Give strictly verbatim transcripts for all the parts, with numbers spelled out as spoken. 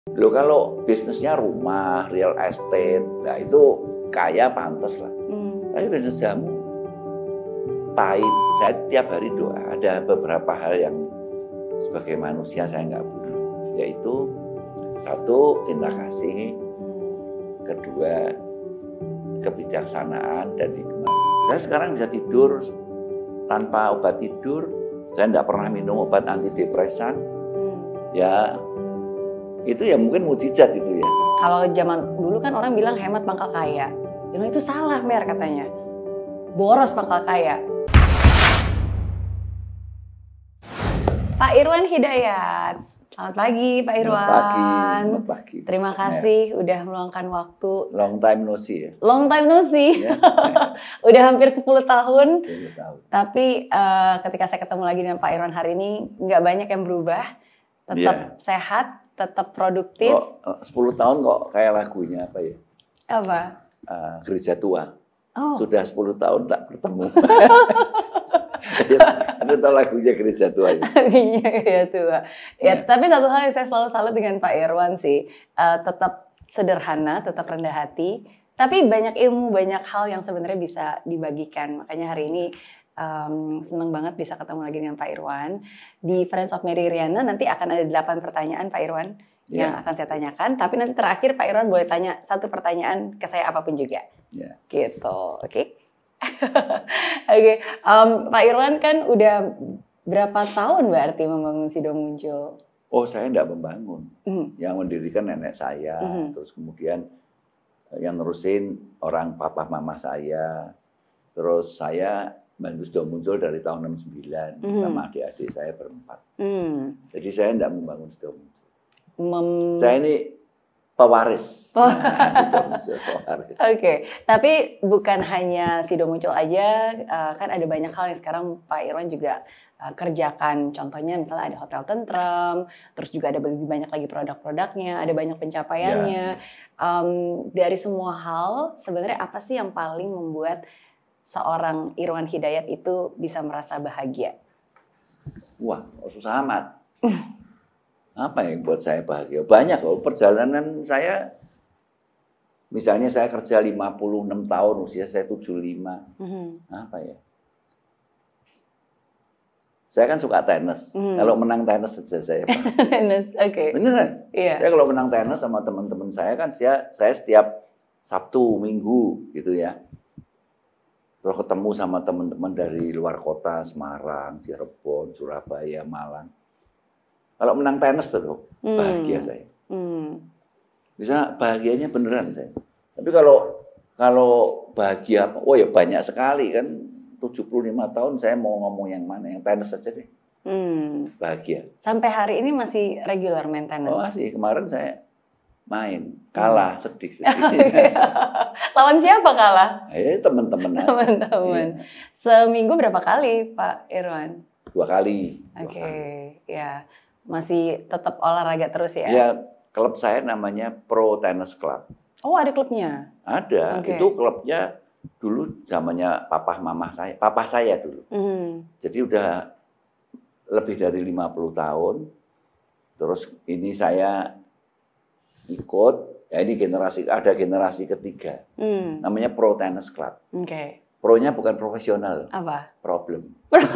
Loh kalau bisnisnya rumah, real estate, nah itu kaya pantas lah. Hmm. Tapi bisnis jamu pahit. Saya tiap hari doa. Ada beberapa hal yang sebagai manusia saya nggak punya, yaitu satu cinta kasih, kedua kebijaksanaan dan hikmah. Saya sekarang bisa tidur tanpa obat tidur. Saya nggak pernah minum obat antidepresan. Hmm. Ya. Itu ya mungkin mukjizat itu ya. Kalau zaman dulu kan orang bilang hemat pangkal kaya. You know, itu salah Mer katanya. Boros pangkal kaya. Pak Irwan Hidayat. Selamat pagi Pak Irwan. Selamat pagi. Selamat pagi. Terima kasih Mer. Udah meluangkan waktu. Long time no see ya. Long time no see. Ya. Udah hampir sepuluh tahun. sepuluh tahun. Tapi uh, ketika saya ketemu lagi dengan Pak Irwan hari ini, nggak banyak yang berubah. Tetap yeah. sehat. Tetap produktif. Kok sepuluh tahun kok kayak lagunya apa ya? Apa? Uh, gereja tua. Oh. Sudah sepuluh tahun tak bertemu. Ada tahu lagunya gereja tua ya? Gereja tua. Ya, ya, tapi satu hal yang saya selalu salut dengan Pak Irwan sih, uh, tetap sederhana, tetap rendah hati, tapi banyak ilmu, banyak hal yang sebenarnya bisa dibagikan. Makanya hari ini Um, senang banget bisa ketemu lagi dengan Pak Irwan. Di Friends of Mary Riana nanti akan ada delapan pertanyaan Pak Irwan yeah. yang akan saya tanyakan. Tapi nanti terakhir Pak Irwan boleh tanya satu pertanyaan ke saya apapun juga. Yeah. Gitu, oke? Okay? Oke, okay. um, Pak Irwan kan udah berapa tahun berarti membangun Sido Muncul? Oh, saya enggak membangun. Mm. Yang mendirikan nenek saya, mm. terus kemudian yang nerusin orang papa mama saya, terus saya bantu Sido Muncul dari tahun enam puluh sembilan mm. sama adik-adik saya berempat. Mm. Jadi saya tidak membangun Sido Muncul. Mem... Saya ini pewaris. Oh. Nah, Sido Muncul pewaris. Oke, okay. Tapi bukan hanya Sido Muncul aja, uh, kan ada banyak hal yang sekarang Pak Irwan juga uh, kerjakan. Contohnya misalnya ada Hotel Tentrem, terus juga ada lebih banyak lagi produk-produknya, ada banyak pencapaiannya. Yeah. Um, dari semua hal, sebenarnya apa sih yang paling membuat seorang Irwan Hidayat itu bisa merasa bahagia? Wah, susah amat. Apa yang buat saya bahagia? Banyak kok. Perjalanan saya, misalnya saya kerja lima puluh enam tahun, usia saya tujuh puluh lima. Mm-hmm. Apa ya? Saya kan suka tenis. Mm. Kalau menang tenis saja saya bahagia. Tenis, oke. Okay. Beneran? Iya. Saya kalau menang tenis sama teman-teman saya kan, saya, saya setiap Sabtu, Minggu gitu ya. Terus ketemu sama teman-teman dari luar kota, Semarang, Cirebon, Surabaya, Malang. Kalau menang tenis tuh, bahagia hmm. saya. Hmm. Bisa bahagianya beneran saya. Tapi kalau kalau bahagia, oh ya banyak sekali kan. tujuh puluh lima tahun saya mau ngomong yang mana, yang tenis saja deh. Hmm. Bahagia. Sampai hari ini masih regular main tenis? Oh masih, kemarin saya main, kalah, hmm. sedih. sedih. Lawan siapa kalah? Eh teman-teman aja. Teman-teman. Iya. Seminggu berapa kali Pak Irwan? Dua kali. Oke, okay. Ya masih tetap olahraga terus ya? Ya, klub saya namanya Pro Tennis Club. Oh ada klubnya? Ada, okay. Itu klubnya dulu zamannya papa mama saya, papa saya dulu. Hmm. Jadi udah lebih dari lima puluh tahun. Terus ini saya ikut, ya ini generasi, ada generasi ketiga, hmm. namanya Pro Tennis Club. Oke. Okay. Pro-nya bukan profesional. Apa? Problem.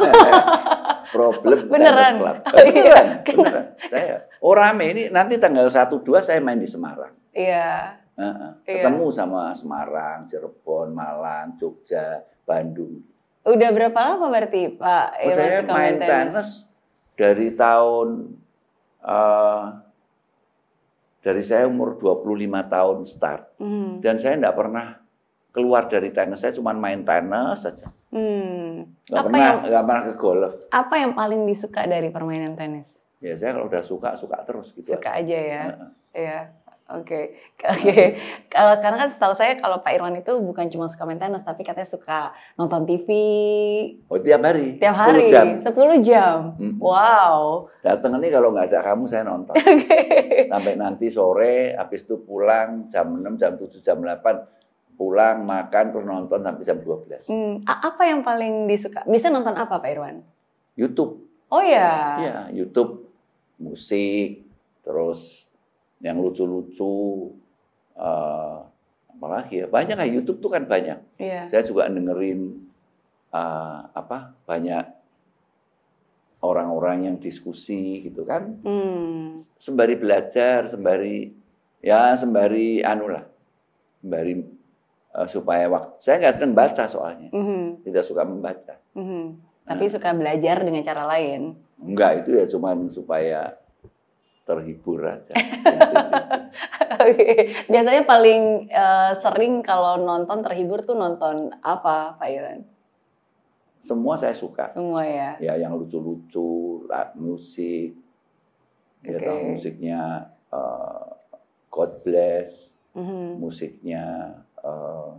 Problem beneran? Tennis Club. Beneran, beneran. Saya, oh rame ini nanti tanggal satu dua saya main di Semarang. Iya. Uh-uh. Ketemu iya. sama Semarang, Cirebon, Malang, Jogja, Bandung. Udah berapa lama berarti Pak? Oh, saya main tenis? tenis dari tahun... Uh, Dari saya umur dua puluh lima tahun start. Hmm. Dan saya enggak pernah keluar dari tenis. Saya cuma main tenis saja. Hmm. Enggak pernah, yang, enggak pernah ke golf. Apa yang paling disuka dari permainan tenis? Ya saya kalau udah suka, suka terus gitu. Suka aja, aja ya? Iya. Uh-uh. Oke, okay. oke. Okay. Karena kan setahu saya kalau Pak Irwan itu bukan cuma suka main tenis, tapi katanya suka nonton T V. Oh tiap hari? Tiap hari, sepuluh jam. sepuluh jam. Mm-hmm. Wow. Datang ini kalau nggak ada kamu saya nonton. Okay. Sampai nanti sore, habis itu pulang jam enam, jam tujuh, jam delapan. Pulang, makan, terus nonton sampai jam dua belas. Hmm. Apa yang paling disuka? Bisa nonton apa Pak Irwan? YouTube. Oh ya? Iya, YouTube, musik, terus yang lucu-lucu, uh, apalagi ya banyak kayak YouTube tuh kan banyak. Yeah. Saya juga dengerin uh, apa banyak orang-orang yang diskusi gitu kan, hmm. sembari belajar, sembari ya sembari anu lah, sembari uh, supaya waktu saya nggak sedang baca soalnya, mm-hmm. tidak suka membaca. Mm-hmm. Tapi suka belajar dengan cara lain. Enggak, itu ya cuman supaya terhibur aja. Oke. Biasanya paling uh, sering kalau nonton terhibur tuh nonton apa, Pak Irwan? Semua saya suka. Semua ya? Ya, yang lucu-lucu, musik. Okay. Ya, musiknya uh, God Bless, mm-hmm. musiknya uh,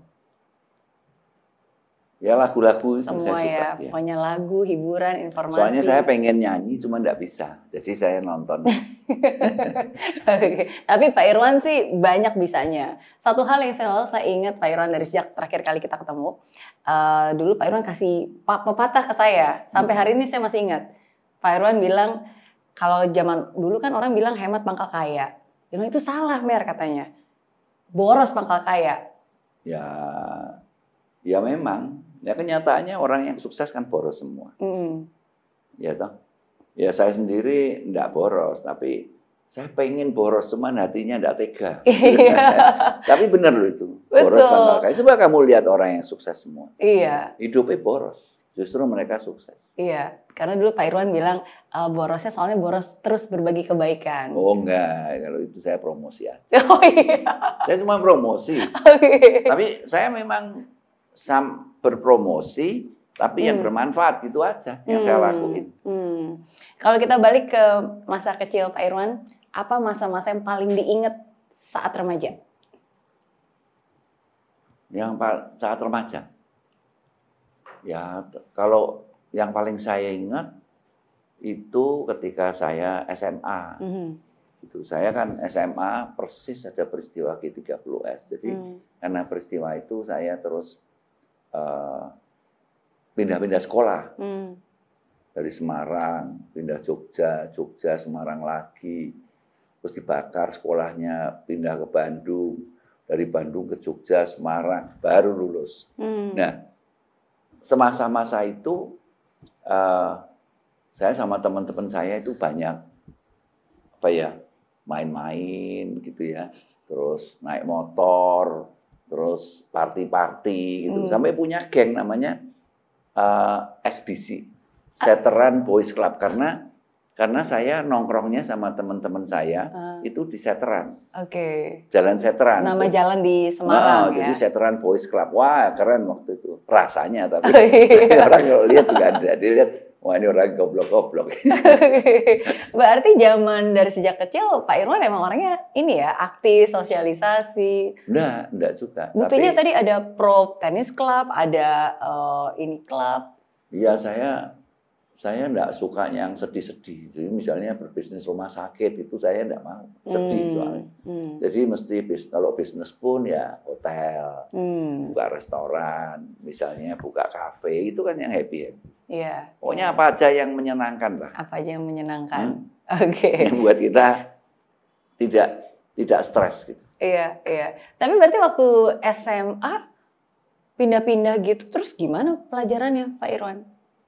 ya lagu-lagu itu semua saya suka. Ya, ya, pokoknya lagu, hiburan, informasi. Soalnya saya pengen nyanyi, cuma nggak bisa. Jadi saya nonton. Oke. Tapi Pak Irwan sih banyak bisanya. Satu hal yang selalu saya ingat Pak Irwan dari sejak terakhir kali kita ketemu. Uh, dulu Pak Irwan kasih pepatah ke saya. Sampai hari ini saya masih ingat. Pak Irwan bilang, kalau zaman dulu kan orang bilang hemat pangkal kaya. Dia bilang itu salah, Mer, katanya. Boros pangkal kaya. Ya, ya memang. Ya kenyataannya orang yang sukses kan boros semua. Mm. Ya toh. Ya saya sendiri enggak boros, tapi saya pengen boros, cuman hatinya enggak tega. Tapi benar loh itu. Boros pangkal kaya. Coba kamu lihat orang yang sukses semua. Iya. Hidupnya boros. Justru mereka sukses. Iya. Karena dulu Pak Irwan bilang e, borosnya soalnya boros terus berbagi kebaikan. Oh enggak, kalau itu saya promosi aja. Oh iya. Saya cuma promosi. Okay. Tapi saya memang sam berpromosi, tapi hmm. yang bermanfaat gitu aja yang hmm. saya lakuin. Hmm. Kalau kita balik ke masa kecil Pak Irwan, apa masa-masa yang paling diingat saat remaja? Yang saat remaja? Ya, kalau yang paling saya ingat itu ketika saya S M A. Hmm. Itu saya kan S M A persis ada peristiwa G tiga puluh S. Jadi hmm. karena peristiwa itu saya terus Uh, pindah-pindah sekolah hmm. dari Semarang pindah Jogja, Jogja Semarang lagi, terus dibakar sekolahnya, pindah ke Bandung, dari Bandung ke Jogja, Semarang, baru lulus. Hmm. Nah, semasa-masa itu uh, saya sama teman-teman saya itu banyak apa ya main-main gitu ya, terus naik motor. Terus party-party gitu, hmm. sampai punya geng namanya uh, S B C, Seteran Boys Club, karena karena saya nongkrongnya sama teman-teman saya uh. itu di Seteran, okay. Jalan Seteran. Nama itu. Jalan di Semarang. Nah, ya? Jadi Seteran Boys Club, wah keren waktu itu rasanya, tapi oh, iya. orang kalau lihat juga ada, dilihat. Wah ini orang goblok-goblok. Berarti zaman dari sejak kecil Pak Irwan emang orangnya ini ya aktif, sosialisasi. Enggak, enggak suka. Buktinya tapi, tadi ada pro tenis club, ada uh, ini klub. Iya saya saya enggak suka yang sedih-sedih. Jadi misalnya berbisnis rumah sakit itu saya enggak mau sedih hmm. soalnya. Hmm. Jadi mesti kalau bisnis pun ya hotel, hmm. buka restoran, misalnya buka kafe itu kan yang happy happy. Iya. Pokoknya apa aja yang menyenangkan lah. Apa aja yang menyenangkan. Hmm. Oke. Okay. Yang buat kita tidak tidak stres gitu. Iya, iya. Tapi berarti waktu S M A pindah-pindah gitu terus gimana pelajarannya Pak Irwan?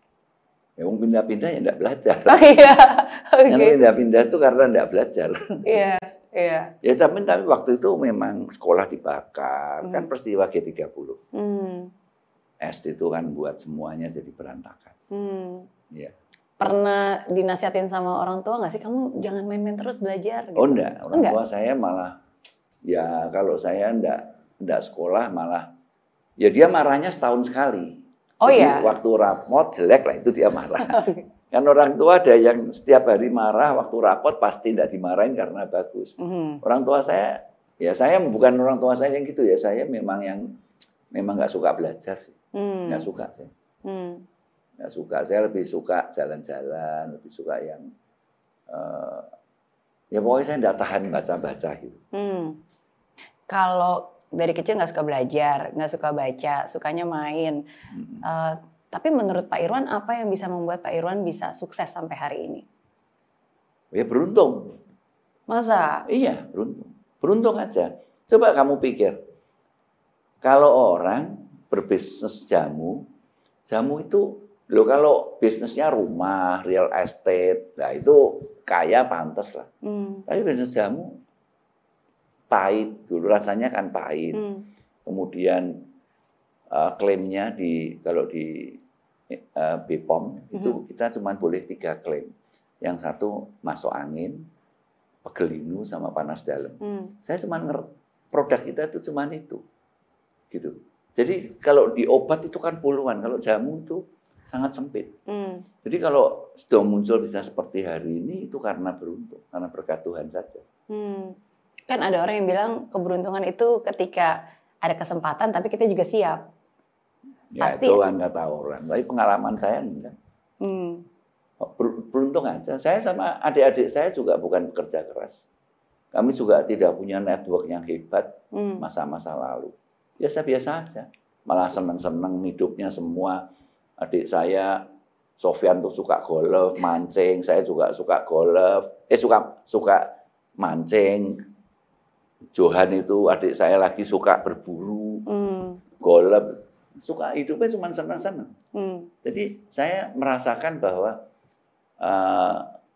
Ya mau pindah-pindah ya enggak belajar. Oh iya. Okay. Yang pindah-pindah itu karena enggak belajar. Iya, iya. Ya tapi tapi waktu itu memang sekolah dibakar, hmm. kan peristiwa G tiga puluh. Hmm. S D itu kan buat semuanya jadi berantakan. Hmm. Ya. Pernah dinasihatin sama orang tua nggak sih, kamu jangan main-main terus belajar? Gitu? Oh enggak, orang enggak? tua saya malah, ya kalau saya enggak, enggak sekolah malah, ya dia marahnya setahun sekali. Oh jadi, ya? Waktu rapot jelek lah itu dia marah. Kan orang tua ada yang setiap hari marah, waktu rapot pasti enggak dimarahin karena bagus. Mm-hmm. Orang tua saya, ya saya bukan orang tua saya yang gitu ya, saya memang yang memang nggak suka belajar sih. Hmm. Nggak suka saya, hmm. nggak suka. Saya lebih suka jalan-jalan, lebih suka yang uh, ya pokoknya saya nggak tahan baca-baca gitu. Hmm. Kalau dari kecil nggak suka belajar, nggak suka baca, sukanya main. Hmm. Uh, tapi menurut Pak Irwan apa yang bisa membuat Pak Irwan bisa sukses sampai hari ini? Ya beruntung, Masa? Iya, beruntung. Beruntung aja. Coba kamu pikir, kalau orang berbisnis jamu, jamu itu, loh kalau bisnisnya rumah, real estate, nah itu kaya pantas lah. Hmm. Tapi bisnis jamu pahit, dulu rasanya kan pahit. Hmm. Kemudian uh, klaimnya di kalau di uh, B P O M hmm. itu kita cuma boleh tiga klaim. Yang satu masuk angin, pegelinu sama panas dalam. Hmm. Saya cuma ngerti produk kita itu cuma itu, gitu. Jadi kalau di obat itu kan puluhan, kalau jamu itu sangat sempit. Hmm. Jadi kalau sudah muncul bisa seperti hari ini itu karena beruntung, karena berkat Tuhan saja. Hmm. Kan ada orang yang bilang keberuntungan itu ketika ada kesempatan, tapi kita juga siap. Ya pasti. Itu kan kata orang, tapi pengalaman saya enggak. Hmm. Beruntung aja. Saya sama adik-adik saya juga bukan bekerja keras. Kami juga tidak punya network yang hebat masa-masa lalu. Biasa-biasa aja. Malah senang-senang hidupnya semua. Adik saya, Sofyan tuh suka golf, mancing. Saya juga suka golf. Eh suka suka mancing. Johan itu adik saya lagi suka berburu, hmm. golf. Suka hidupnya cuma senang-senang. Hmm. Jadi saya merasakan bahwa uh,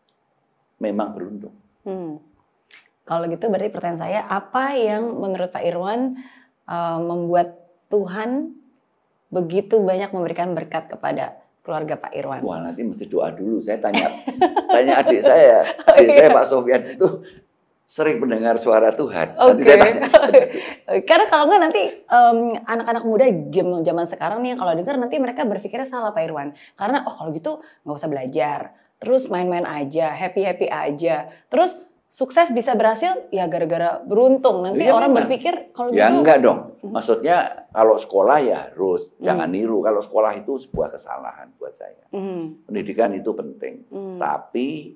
memang beruntung. Hmm. Kalau gitu berarti pertanyaan saya, apa yang menurut Pak Irwan uh, membuat Tuhan begitu banyak memberikan berkat kepada keluarga Pak Irwan? Wah, nanti mesti doa dulu. Saya tanya tanya adik saya, adik saya Pak Sofyan itu sering mendengar suara Tuhan. Oke. Okay. Nanti saya tanya. Karena kalau nggak nanti um, anak-anak muda zaman sekarang nih yang kalau dengar nanti mereka berpikirnya salah Pak Irwan. Karena oh kalau gitu nggak usah belajar, terus main-main aja, happy-happy aja, terus sukses bisa berhasil ya gara-gara beruntung. Nanti ya, orang memang berpikir kalau ya gitu. Ya enggak dong. Maksudnya kalau sekolah ya harus. Hmm. Jangan niru. Kalau sekolah itu sebuah kesalahan buat saya. Hmm. Pendidikan itu penting. Hmm. Tapi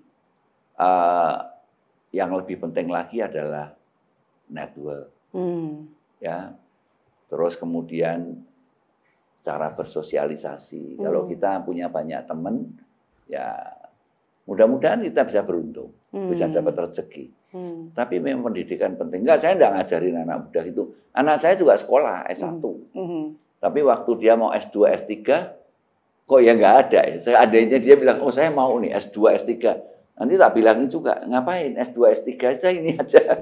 uh, yang lebih penting lagi adalah network. Hmm. Ya. Terus kemudian cara bersosialisasi. Hmm. Kalau kita punya banyak teman, ya mudah-mudahan kita bisa beruntung. Hmm. Bisa dapat rezeki. Hmm. Tapi memang pendidikan penting. Enggak, saya enggak ngajarin anak muda itu. Anak saya juga sekolah S satu. Hmm. Tapi waktu dia mau S dua, S tiga, kok ya enggak ada. Ya. Adanya dia bilang, oh saya mau nih S dua, S tiga. Nanti tak bilangin juga, ngapain S dua, S tiga aja ini aja.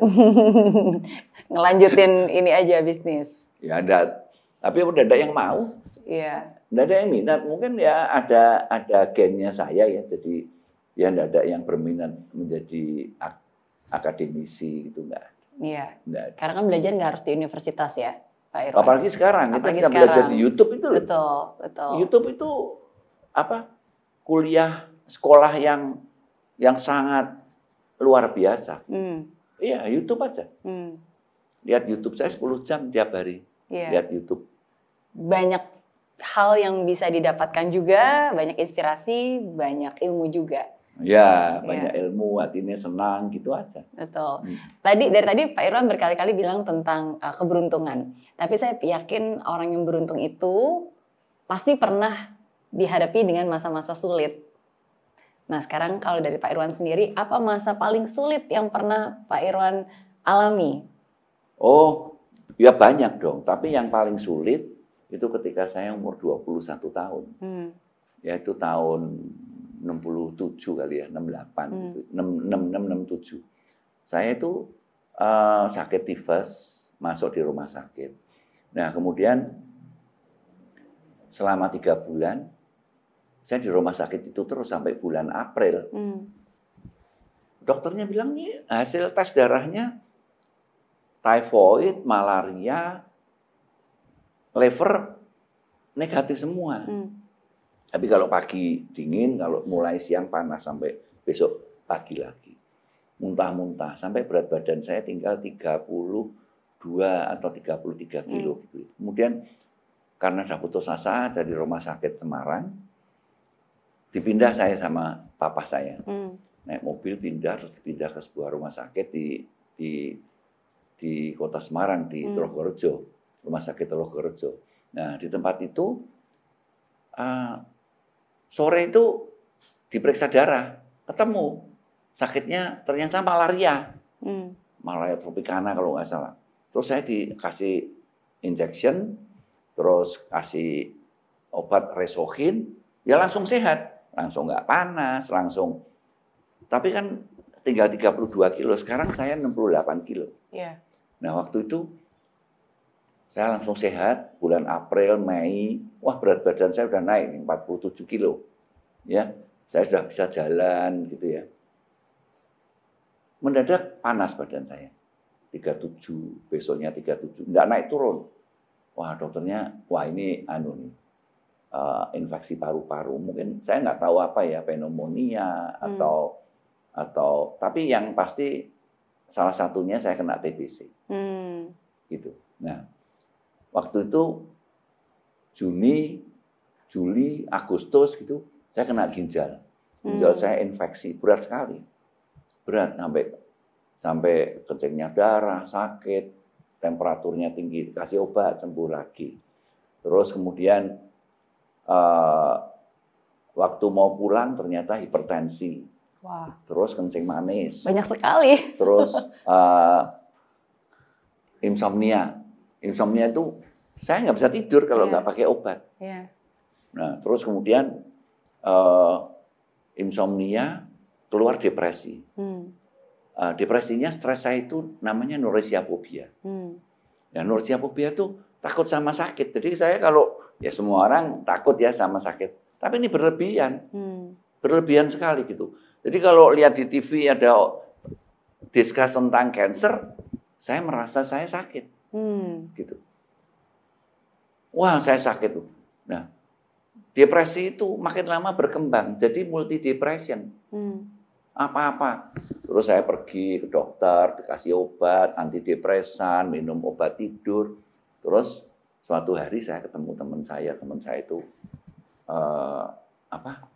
Ngelanjutin ini aja bisnis. Ya ada. Tapi udah ada yang mau. Iya. Enggak ada yang minat. Mungkin ya ada ada gennya saya ya. Jadi ya enggak ada yang berminat menjadi ak akademisi gitu enggak. Iya. Enggak. Karena kan belajar enggak harus di universitas ya, Pak Irwan. Apalagi sekarang kita Apalagi bisa sekarang. belajar di YouTube itu loh. Betul, betul. YouTube itu apa? Kuliah sekolah yang yang sangat luar biasa. Hmm. Iya, YouTube aja. Hmm. Lihat YouTube saya sepuluh jam tiap hari. Iya. Lihat YouTube. Banyak hal yang bisa didapatkan juga, banyak inspirasi, banyak ilmu juga. Ya, banyak ya. Ilmu, hatinya senang, gitu aja. Betul. Hmm. Tadi dari tadi Pak Irwan berkali-kali bilang tentang uh, keberuntungan. Tapi saya yakin orang yang beruntung itu pasti pernah dihadapi dengan masa-masa sulit. Nah, sekarang kalau dari Pak Irwan sendiri, apa masa paling sulit yang pernah Pak Irwan alami? Oh, ya banyak dong. Tapi yang paling sulit itu ketika saya umur dua puluh satu tahun. Hmm. Yaitu tahun enam puluh tujuh kali ya, enam puluh delapan, hmm. gitu. enam puluh enam, enam puluh tujuh. Saya itu uh, sakit tifus, masuk di rumah sakit. Nah, kemudian selama tiga bulan, saya di rumah sakit itu terus sampai bulan April. Hmm. Dokternya bilang, nih hasil tes darahnya typhoid, malaria, liver negatif semua. Hmm. Tapi kalau pagi dingin, kalau mulai siang panas sampai besok pagi lagi. Muntah-muntah, sampai berat badan saya tinggal tiga puluh dua atau tiga puluh tiga kilo. Hmm. Gitu. Kemudian karena sudah putus asa dari rumah sakit Semarang, dipindah saya sama papa saya. Hmm. Naik mobil pindah, terus dipindah ke sebuah rumah sakit di di di kota Semarang, di hmm. Trogorejo. Rumah sakit Trogorejo. Nah, di tempat itu, uh, sore itu diperiksa darah, ketemu sakitnya ternyata malaria. Hmm. Malaya Tropicana kalau nggak salah. Terus saya dikasih injection, terus kasih obat Resohin, ya langsung sehat, langsung nggak panas, langsung. Tapi kan tinggal tiga puluh dua kilo, sekarang saya enam puluh delapan kilo. Yeah. Nah waktu itu saya langsung sehat, bulan April, Mei, wah berat badan saya udah naik empat puluh tujuh kilo. Ya, saya sudah bisa jalan gitu ya. Mendadak panas badan saya, tiga puluh tujuh, besoknya tiga puluh tujuh, nggak naik turun. Wah dokternya, wah ini anu nih, uh, infeksi paru-paru. Mungkin saya nggak tahu apa ya, pneumonia Hmm. atau atau, tapi yang pasti salah satunya saya kena T B C. Hmm. Gitu. Nah, waktu itu Juni, Juli, Agustus gitu, saya kena ginjal. Ginjal Hmm. saya infeksi, berat sekali. Berat sampai sampai kencingnya darah, sakit, temperaturnya tinggi, kasih obat sembuh lagi. Terus kemudian uh, waktu mau pulang ternyata hipertensi. Wah. Terus kencing manis. Banyak sekali. Terus uh, insomnia. Insomnia itu saya nggak bisa tidur kalau nggak Yeah. pakai obat. Yeah. Nah, terus kemudian uh, insomnia keluar depresi. Hmm. Uh, depresinya stres saya itu namanya anorexia fobia. Hmm. Nah, anorexia fobia itu takut sama sakit. Jadi saya kalau ya semua orang takut ya sama sakit. Tapi ini berlebihan. Hmm. Berlebihan sekali gitu. Jadi kalau lihat di T V ada diskus tentang cancer, saya merasa saya sakit. Hmm. Gitu. Wah, saya sakit tuh. Nah, depresi itu makin lama berkembang, jadi multi depression. Hmm. Apa-apa. Terus saya pergi ke dokter, dikasih obat, antidepresan, minum obat tidur. Terus suatu hari saya ketemu teman saya, teman saya itu uh, apa?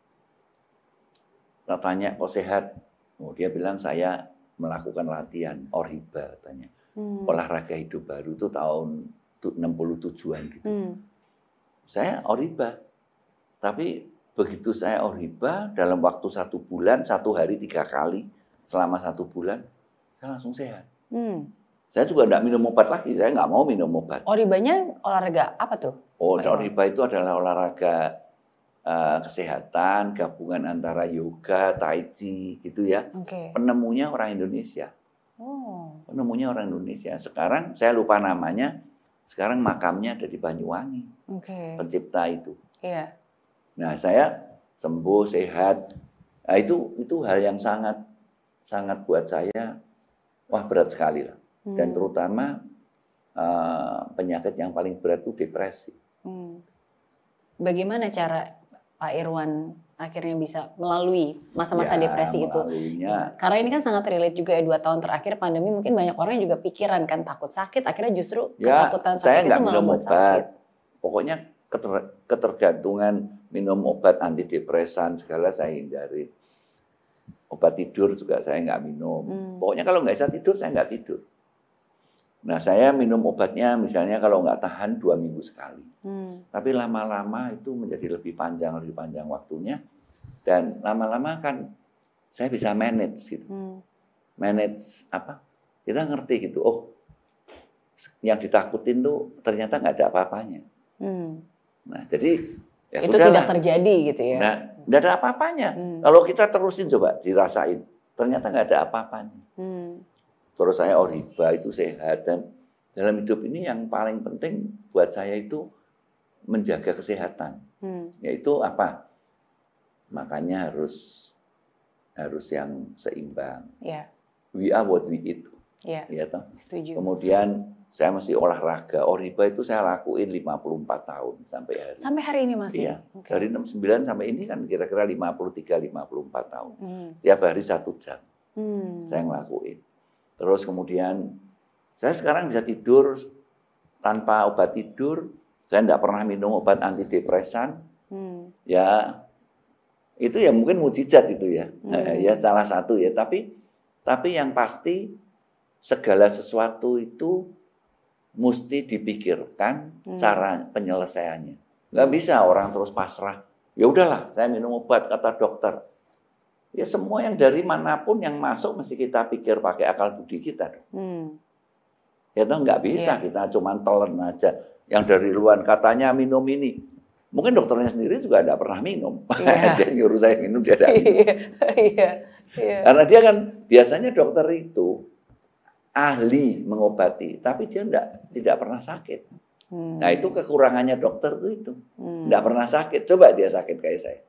Saya tanya, kok sehat? Oh, dia bilang saya melakukan latihan Orhiba katanya. Hmm. Olahraga hidup baru itu tahun enam puluh tujuan gitu. Hmm. Saya Orhiba. Tapi begitu saya Orhiba, dalam waktu satu bulan, satu hari tiga kali, selama satu bulan, saya langsung sehat. Hmm. Saya juga tidak minum obat lagi, saya nggak mau minum obat. Orhibanya olahraga apa tuh? Oh, Orhiba itu adalah olahraga uh, kesehatan, gabungan antara yoga, tai chi, gitu ya. Oke. Penemunya orang Indonesia. Oh. Penemunya orang Indonesia. Sekarang saya lupa namanya, sekarang makamnya ada di Banyuwangi. Oke. Pencipta itu. Iya. Nah, saya sembuh, sehat. Nah, itu itu hal yang sangat sangat buat saya wah berat sekali lah. Hmm. Dan terutama uh, penyakit yang paling berat itu depresi. Hmm. Bagaimana cara Pak Irwan akhirnya bisa melalui masa-masa Ya, depresi itu? melaluinya. Karena ini kan sangat relate juga ya, dua tahun terakhir pandemi mungkin banyak orang yang juga pikiran kan takut sakit, akhirnya justru Ya, ketakutan saya sakit nggak itu malah minum buat obat. sakit. Pokoknya keter- ketergantungan minum obat antidepresan segala saya hindari. Obat tidur juga saya nggak minum. Hmm. Pokoknya kalau nggak bisa tidur, saya nggak tidur. Nah, saya minum obatnya misalnya kalau nggak tahan dua minggu sekali. Hmm. Tapi lama-lama itu menjadi lebih panjang, lebih panjang waktunya. Dan lama-lama kan saya bisa manage gitu. Hmm. Manage apa? Kita ngerti gitu. Oh, yang ditakutin tuh ternyata nggak ada apa-apanya. Hmm. Nah, jadi ya itu sudahlah. tidak terjadi gitu ya. Nah, nggak ada apa-apanya. Hmm. Kalau kita terusin coba dirasain, ternyata nggak ada apa-apanya. Hmm. Terus saya Orhiba itu sehat, dan dalam hidup ini yang paling penting buat saya itu menjaga kesehatan. Hmm. Yaitu apa? Makanya harus harus yang seimbang. Yeah. We are what we eat. Yeah. Ya toh. Setuju. Kemudian saya mesti olahraga. Orhiba itu saya lakuin lima puluh empat tahun sampai hari. Sampai hari ini masih? Iya. Okay. Dari enam puluh sembilan sampai ini kan kira-kira lima puluh tiga lima puluh empat tahun. Hmm. Tiap hari satu jam. Hmm. Saya ngelakuin. Terus kemudian saya sekarang bisa tidur tanpa obat tidur. Saya tidak pernah minum obat antidepresan. Hmm. Ya, itu ya mungkin mujizat itu ya. Hmm. Ya salah satu ya. Tapi tapi yang pasti segala sesuatu itu mesti dipikirkan hmm. cara penyelesaiannya. Nggak bisa orang terus pasrah. Ya udahlah, saya minum obat kata dokter. Ya semua yang dari manapun yang masuk mesti kita pikir pakai akal budi kita. Hmm. Ya toh nggak bisa Iya. kita cuma telan aja. Yang dari luar katanya minum ini. Mungkin dokternya sendiri juga tidak pernah minum. Iya. Dia nyuruh saya minum, dia tidak minum. Iya, iya, iya. Karena dia kan biasanya dokter itu ahli mengobati, tapi dia enggak, tidak pernah sakit. Hmm. Nah itu kekurangannya dokter itu itu. Hmm. Enggak pernah sakit. Coba dia sakit kayak saya.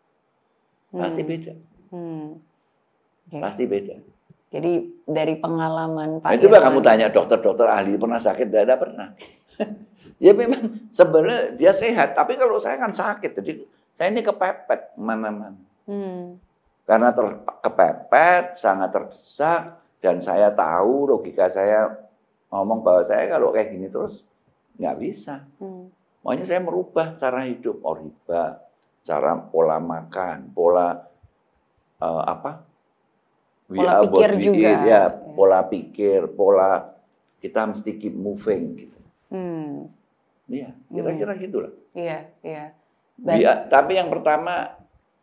Pasti Hmm. beda. Hmm. Oke. Pasti beda. Jadi dari pengalaman Pak Nah, coba Irwan, kamu tanya dokter-dokter ahli pernah sakit? Tidak ada pernah. Ya memang sebenarnya dia sehat, tapi kalau saya kan sakit, jadi saya ini kepepet mana-mana. Hmm. Karena ter, kepepet, sangat terdesak, dan saya tahu logika saya ngomong bahwa saya kalau kayak gini terus nggak bisa. Hmm. Makanya saya merubah cara hidup, oh riba, cara pola makan, pola uh, apa? Pola pikir juga. It, ya, pola pikir, pola kita mesti keep moving gitu. Hmm. Iya, kira-kira hmm. gitulah. Iya, iya. Are, tapi yang pertama,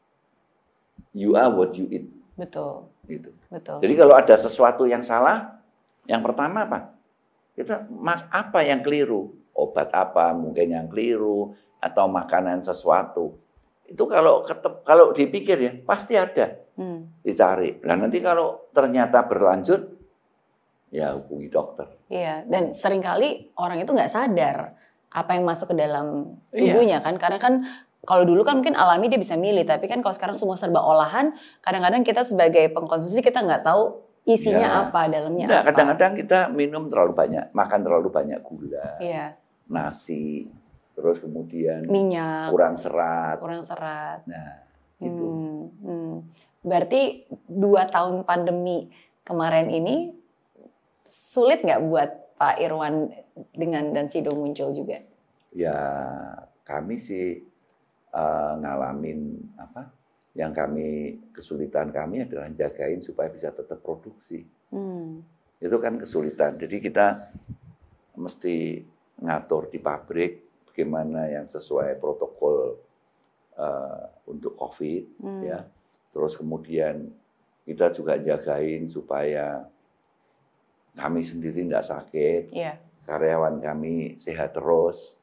you are what you eat. Betul. Gitu. Betul. Jadi kalau ada sesuatu yang salah, yang pertama apa? Kita apa yang keliru? Obat apa mungkin yang keliru atau makanan sesuatu. Itu kalau ketep, kalau dipikir ya pasti ada, hmm. dicari. Nah nanti kalau ternyata berlanjut, ya hubungi dokter. Iya, dan seringkali orang itu nggak sadar apa yang masuk ke dalam tubuhnya, iya. kan, karena kan kalau dulu kan mungkin alami dia bisa milih, tapi kan kalau sekarang semua serba olahan, kadang-kadang kita sebagai pengkonsumsi kita nggak tahu isinya ya. apa, dalamnya Nggak, apa. Kadang-kadang kita minum terlalu banyak, makan terlalu banyak gula, iya. nasi. Terus kemudian minyak, kurang serat. Kurang serat. Nah, itu. Hmm, hmm. Berarti dua tahun pandemi kemarin ini sulit nggak buat Pak Irwan dengan Dansido muncul juga? Ya, kami sih uh, ngalamin apa? Yang kami kesulitan kami adalah jagain supaya bisa tetap produksi. Hmm. Itu kan kesulitan. Jadi kita mesti ngatur di pabrik. Bagaimana yang sesuai protokol uh, untuk COVID, hmm. ya. Terus kemudian kita juga jagain supaya kami sendiri tidak sakit, yeah. karyawan kami sehat terus.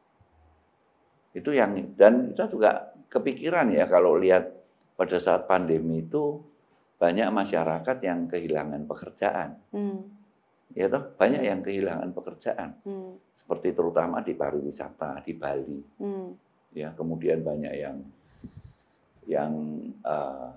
Itu yang dan kita juga kepikiran ya kalau lihat pada saat pandemi itu banyak masyarakat yang kehilangan pekerjaan. Hmm. Ya toh banyak yang kehilangan pekerjaan. Hmm. Seperti terutama di pariwisata di Bali, hmm. ya kemudian banyak yang yang uh,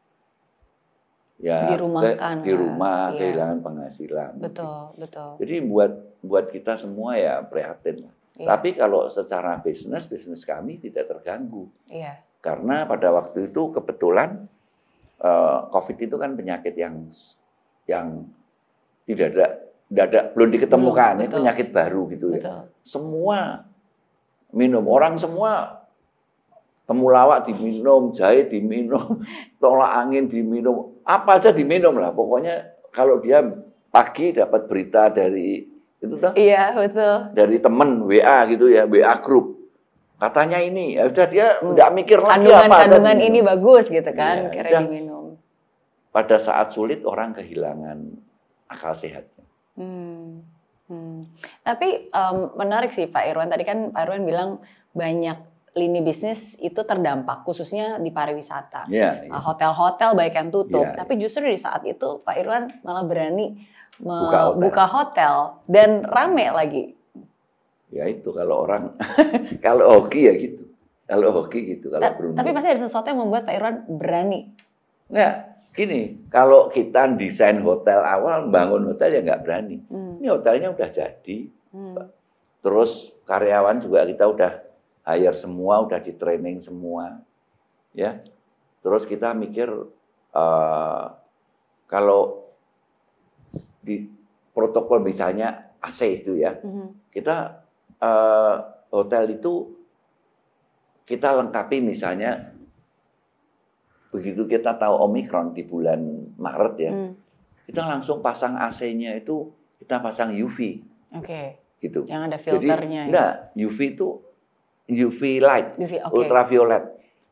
ya dirumahkan, ke, di rumah ya. kehilangan penghasilan. Betul, betul. Jadi buat buat kita semua ya prihatin. Ya. Tapi kalau secara bisnis bisnis kami tidak terganggu, ya. Karena pada waktu itu kebetulan uh, COVID itu kan penyakit yang yang tidak ada Tidak ada, belum diketemukan, belum, itu penyakit baru gitu betul. Ya. Semua minum, orang semua temulawak diminum, jahe diminum, tolak angin diminum, apa aja diminum lah. Pokoknya kalau dia pagi dapat berita dari itu tuh, iya betul, dari temen W A gitu ya, W A grup, katanya ini, ya udah dia nggak hmm. mikir lagi kandungan, apa. Kandungan ini bagus gitu kan, ya, kira diminum. Pada saat sulit orang kehilangan akal sehatnya. Hmm. Hmm. Tapi um, menarik sih Pak Irwan, tadi kan Pak Irwan bilang banyak lini bisnis itu terdampak, khususnya di pariwisata. Yeah, yeah. Hotel-hotel baik yang tutup, yeah, tapi justru di saat itu Pak Irwan malah berani buka hotel. buka hotel dan rame lagi. Ya itu kalau orang, kalau hoki ya gitu, kalau hoki gitu, kalau Ta beruntung. Tapi pasti ada sesuatu yang membuat Pak Irwan berani. Nggak. Gini, kalau kita desain hotel awal, bangun hotel ya nggak berani. Hmm. Ini hotelnya udah jadi. Hmm. Terus karyawan juga kita udah hire semua, udah di training semua. Ya. Terus kita mikir, uh, kalau di protokol misalnya A C itu ya, hmm. kita uh, hotel itu kita lengkapi misalnya, begitu kita tahu Omikron di bulan Maret ya, hmm. kita langsung pasang A C-nya itu kita pasang U V. Oke. Okay. Gitu. Yang ada filternya. Jadi, ya? Enggak, U V itu U V light, U V, okay. ultraviolet.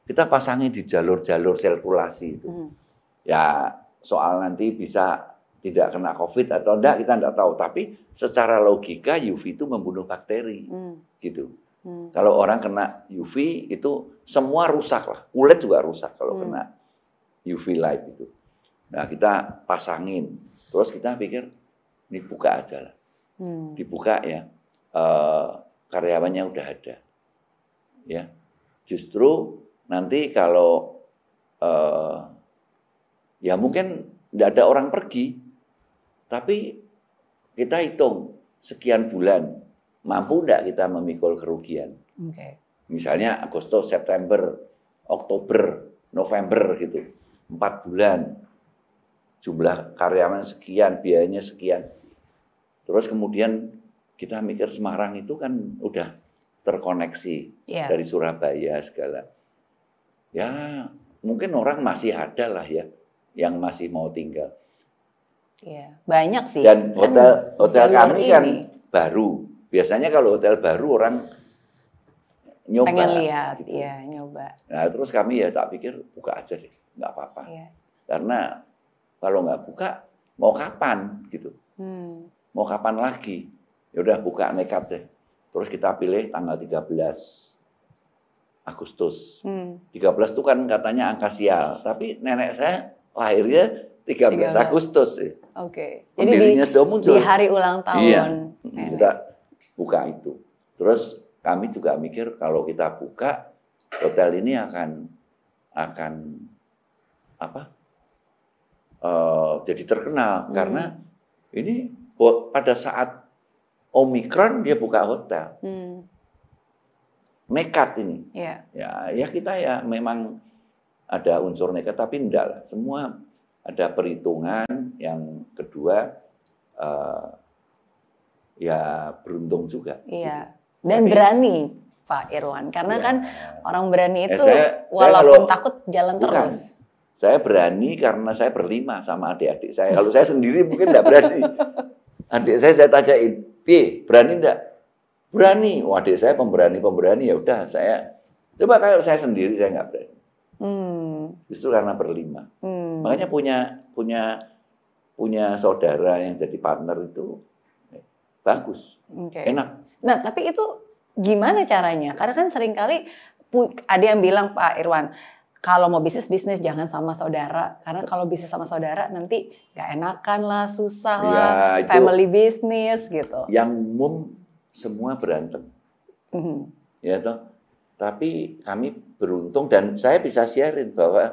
kita pasangin di jalur-jalur sirkulasi itu. Hmm. Ya soal nanti bisa tidak kena COVID atau enggak kita enggak tahu. Tapi secara logika U V itu membunuh bakteri, hmm. gitu. Hmm. Kalau orang kena U V itu semua rusak lah. Kulit juga rusak kalau hmm. kena U V light itu. Nah kita pasangin. Terus kita pikir ini buka aja lah. Hmm. Dibuka ya. Uh, karyawannya udah ada. Ya. Justru nanti kalau uh, ya mungkin tidak ada orang pergi, tapi kita hitung sekian bulan mampu tidak kita memikul kerugian. Okay. Misalnya Agustus, September, Oktober, November gitu, empat bulan, jumlah karyawan sekian, biayanya sekian. Terus kemudian kita mikir Semarang itu kan udah terkoneksi yeah. dari Surabaya segala. Ya mungkin orang masih ada lah ya yang masih mau tinggal. Ya, banyak sih. Dan hotel kan hotel kami ini. kan baru. Biasanya kalau hotel baru orang nyoba. Pengen lihat, gitu. Ya nyoba. Nah terus kami ya tak pikir buka aja deh, nggak apa-apa. Ya. Karena kalau nggak buka mau kapan gitu, hmm. mau kapan lagi? Ya udah buka nekat deh. Terus kita pilih tanggal tiga belas Agustus. Hmm. tiga belas itu kan katanya angka sial, tapi nenek saya lahirnya tiga belas Agustus. Oke. Okay. Jadi di, sudah muncul. Di hari ulang tahun. Iya. Nenek. Kita buka itu. Terus kami juga mikir kalau kita buka hotel ini akan akan apa? Uh, jadi terkenal hmm. karena ini pada saat Omikron dia buka hotel. Hmm. Nekat ini. Yeah. Ya, ya kita ya memang ada unsur nekat, tapi enggak lah. Semua ada perhitungan. Yang kedua, uh, ya beruntung juga. Iya. Gitu. Dan tapi, berani, Pak Irwan. Karena ya, kan orang berani itu eh, saya, walaupun saya kalau, takut jalan bukan, terus. Saya berani karena saya berlima sama adik-adik saya. Kalau saya sendiri mungkin enggak berani. Adik saya saya tanyain, "Pi, berani enggak?" Berani. Wah, adik saya pemberani-pemberani, ya udah saya coba kalau saya sendiri saya nggak berani. Hmm. Justru karena berlima. Hmm. Makanya punya punya punya saudara yang jadi partner itu eh, bagus, okay. Enak. Nah, tapi itu gimana caranya? Karena kan seringkali ada yang bilang Pak Irwan, kalau mau bisnis bisnis jangan sama saudara, karena kalau bisnis sama saudara nanti nggak enakan lah, susah ya, lah, family business gitu. Yang umum semua berantem, mm-hmm. ya toh. Tapi kami beruntung dan saya bisa sharein bahwa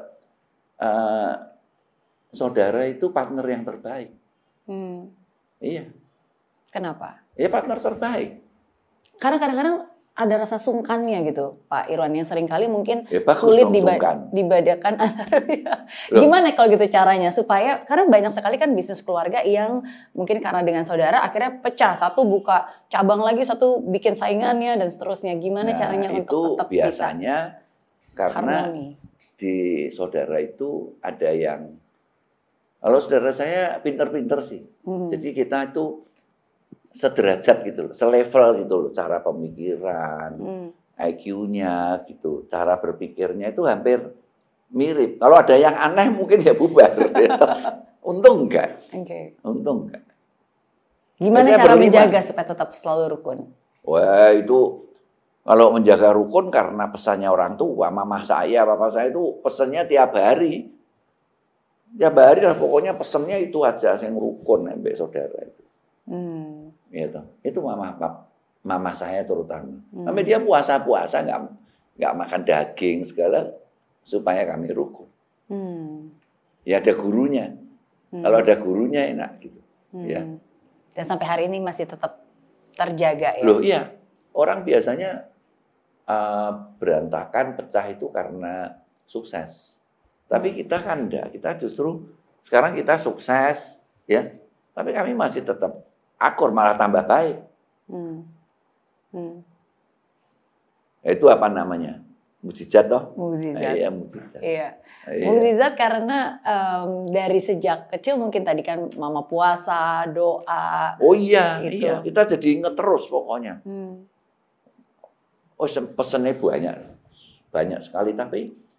uh, saudara itu partner yang terbaik. Hmm. Iya. Kenapa? Ya partner terbaik. Karena kadang-kadang ada rasa sungkannya gitu, Pak Irwan, yang seringkali mungkin ya, sulit diba- dibadakan antara gimana kalau gitu caranya supaya, karena banyak sekali kan bisnis keluarga yang mungkin karena dengan saudara akhirnya pecah, satu buka cabang lagi, satu bikin saingannya dan seterusnya. Gimana nah, caranya untuk tetap biasanya bisa karena harmoni. Di saudara itu ada yang, kalau saudara saya pinter-pinter sih, hmm. jadi kita itu sederajat gitu loh, selevel gitu loh, cara pemikiran, hmm. I Q-nya gitu, cara berpikirnya itu hampir mirip. Kalau ada yang aneh mungkin ya bubar. Gitu. Untung enggak. Okay. Untung enggak. Gimana Biasanya cara berlima. menjaga supaya tetap selalu rukun? Wah, itu kalau menjaga rukun karena pesannya orang tua, mama saya, papa saya itu pesannya tiap hari. Tiap hari lah pokoknya pesannya itu aja, yang rukun sampai saudara itu. Hmm. Gitu. Itu mama mama saya terutama. Hmm. Sampai dia puasa-puasa nggak nggak makan daging segala supaya kami rukun. Hmm. Ya ada gurunya. Hmm. Kalau ada gurunya enak gitu. Hmm. Ya. Dan sampai hari ini masih tetap terjaga ya. Loh iya. Orang biasanya uh, berantakan, pecah itu karena sukses. Tapi kita kan enggak. Kita justru sekarang kita sukses ya. Tapi kami masih tetap akur, malah tambah baik. Hmm. Hmm. Itu apa namanya? Mukjizat toh? Mukjizat. Iya, mukjizat. Iya. Mukjizat karena um, dari sejak kecil mungkin tadi kan mama puasa, doa. Oh iya, gitu. Iya. Kita jadi inget terus pokoknya. Hmm. Oh, pesennya banyak. Banyak sekali, tapi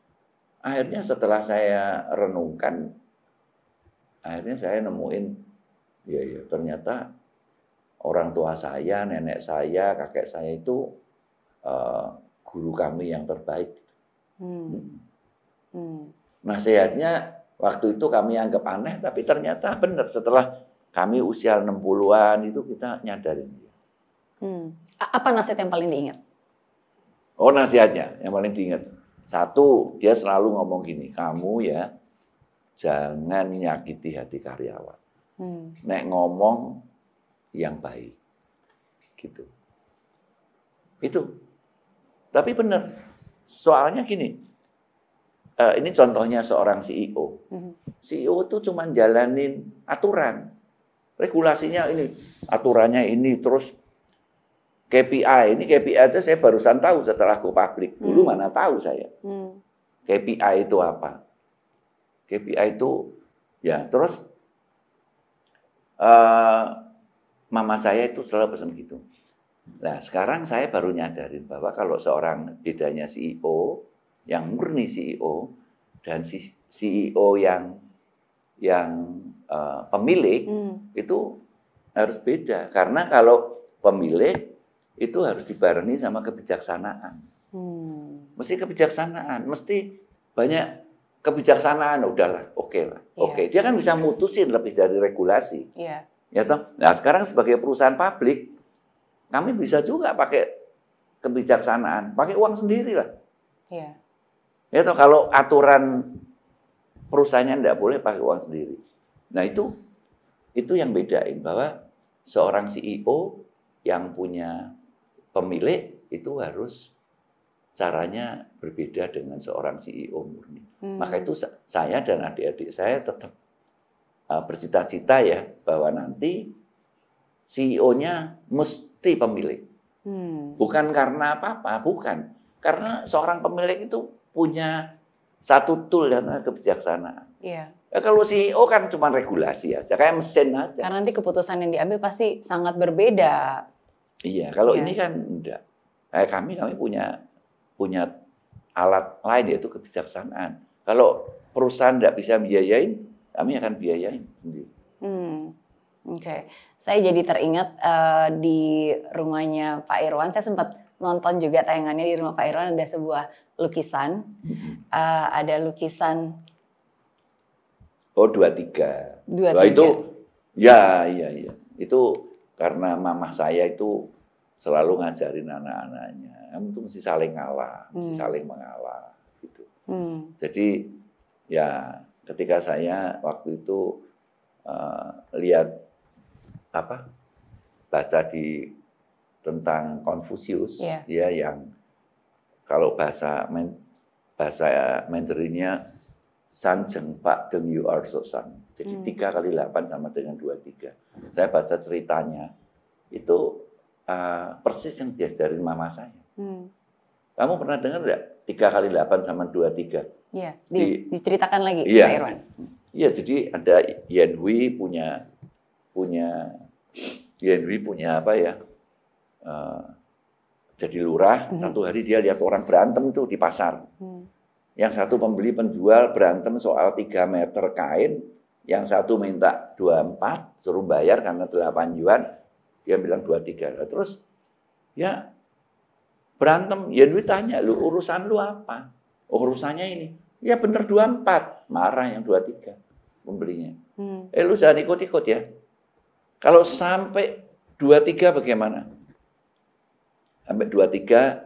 akhirnya setelah saya renungkan, akhirnya saya nemuin, ya ya ternyata orang tua saya, nenek saya, kakek saya itu uh, guru kami yang terbaik. Hmm. Hmm. Nasihatnya waktu itu kami anggap aneh, tapi ternyata benar. Setelah kami usia enam puluhan itu kita nyadarin. Hmm. Apa nasihat yang paling diingat? Oh, nasihatnya yang paling diingat. Satu, dia selalu ngomong gini, kamu ya jangan nyakiti hati karyawan. Hmm. Nek ngomong yang baik. Gitu. Itu. Tapi benar. Soalnya gini, Uh, ini contohnya seorang C E O. Mm-hmm. C E O itu cuma jalanin aturan. Regulasinya ini, aturannya ini, terus K P I. Ini K P I aja saya barusan tahu setelah go public. Dulu mm. mana tahu saya. Mm. K P I itu apa? K P I itu, ya terus uh, mama saya itu selalu pesan gitu. Nah sekarang saya baru nyadarin bahwa kalau seorang bedanya C E O, yang murni C E O dan C E O yang yang uh, pemilik hmm. itu harus beda, karena kalau pemilik itu harus dibarengi sama kebijaksanaan. Hmm. Mesti kebijaksanaan, mesti banyak kebijaksanaan. Udahlah, oke okay lah, yeah. oke. Okay. Dia kan bisa mutusin lebih dari regulasi. Yeah. Ya toh. Nah sekarang sebagai perusahaan publik, kami bisa juga pakai kebijaksanaan, pakai uang sendiri lah. Yeah. Ya toh, kalau aturan perusahaannya tidak boleh pakai uang sendiri. Nah itu itu yang bedain bahwa seorang C E O yang punya pemilik itu harus caranya berbeda dengan seorang C E O murni. Hmm. Maka itu saya dan adik-adik saya tetap uh, bercita-cita ya bahwa nanti C E O-nya mesti pemilik. Hmm. Bukan karena apa-apa, bukan. Karena seorang pemilik itu punya satu tool yang namanya kebijaksanaan. Iya. Ya, kalau C E O kan cuma regulasi aja, kayak mesin aja. Karena nanti keputusan yang diambil pasti sangat berbeda. Iya, kalau iya. ini kan enggak. Kayak kami kami punya punya alat lain yaitu kebijaksanaan. Kalau perusahaan enggak bisa biayain, kami akan biayain sendiri. Hmm. Oke, okay. Saya jadi teringat uh, di rumahnya Pak Irwan, saya sempat nonton juga tayangannya di rumah Pak Irwan, ada sebuah lukisan, uh, ada lukisan. Oh dua tiga. Dua tiga. Itu, ya iya iya. Itu karena mama saya itu selalu ngajarin anak-anaknya, kamu tuh mesti saling ngalah, mesti hmm. saling mengalah, gitu. Hmm. Jadi ya ketika saya waktu itu uh, lihat apa baca di tentang Konfusius, yeah. ya yang kalau bahasa men, bahasa Mandarinnya San Zheng Pak Deng Yu Er So San. Jadi hmm. tiga kali delapan sama dengan dua tiga. Saya baca ceritanya itu uh, persis yang diajarin mama saya. Hmm. Kamu pernah dengar nggak tiga kali delapan sama dua tiga? Iya. Di, diceritakan lagi, iya. Pak Irwan. Iya, jadi ada Yan Hui punya punya Yan Hui punya apa ya? Uh, jadi lurah, hmm. satu hari dia lihat orang berantem tuh di pasar. Hmm. Yang satu pembeli penjual berantem soal tiga meter kain, yang satu minta dua puluh empat, suruh bayar karena delapan yuan, dia bilang dua puluh tiga. Terus ya berantem, Yan Hui tanya, lu urusan lu apa? Oh, urusannya ini. Ya bener dua puluh empat, marah yang dua puluh tiga pembelinya. Hmm. Eh lu jangan ikut-ikut ya. Kalau sampai dua puluh tiga bagaimana? Sampai dua puluh tiga,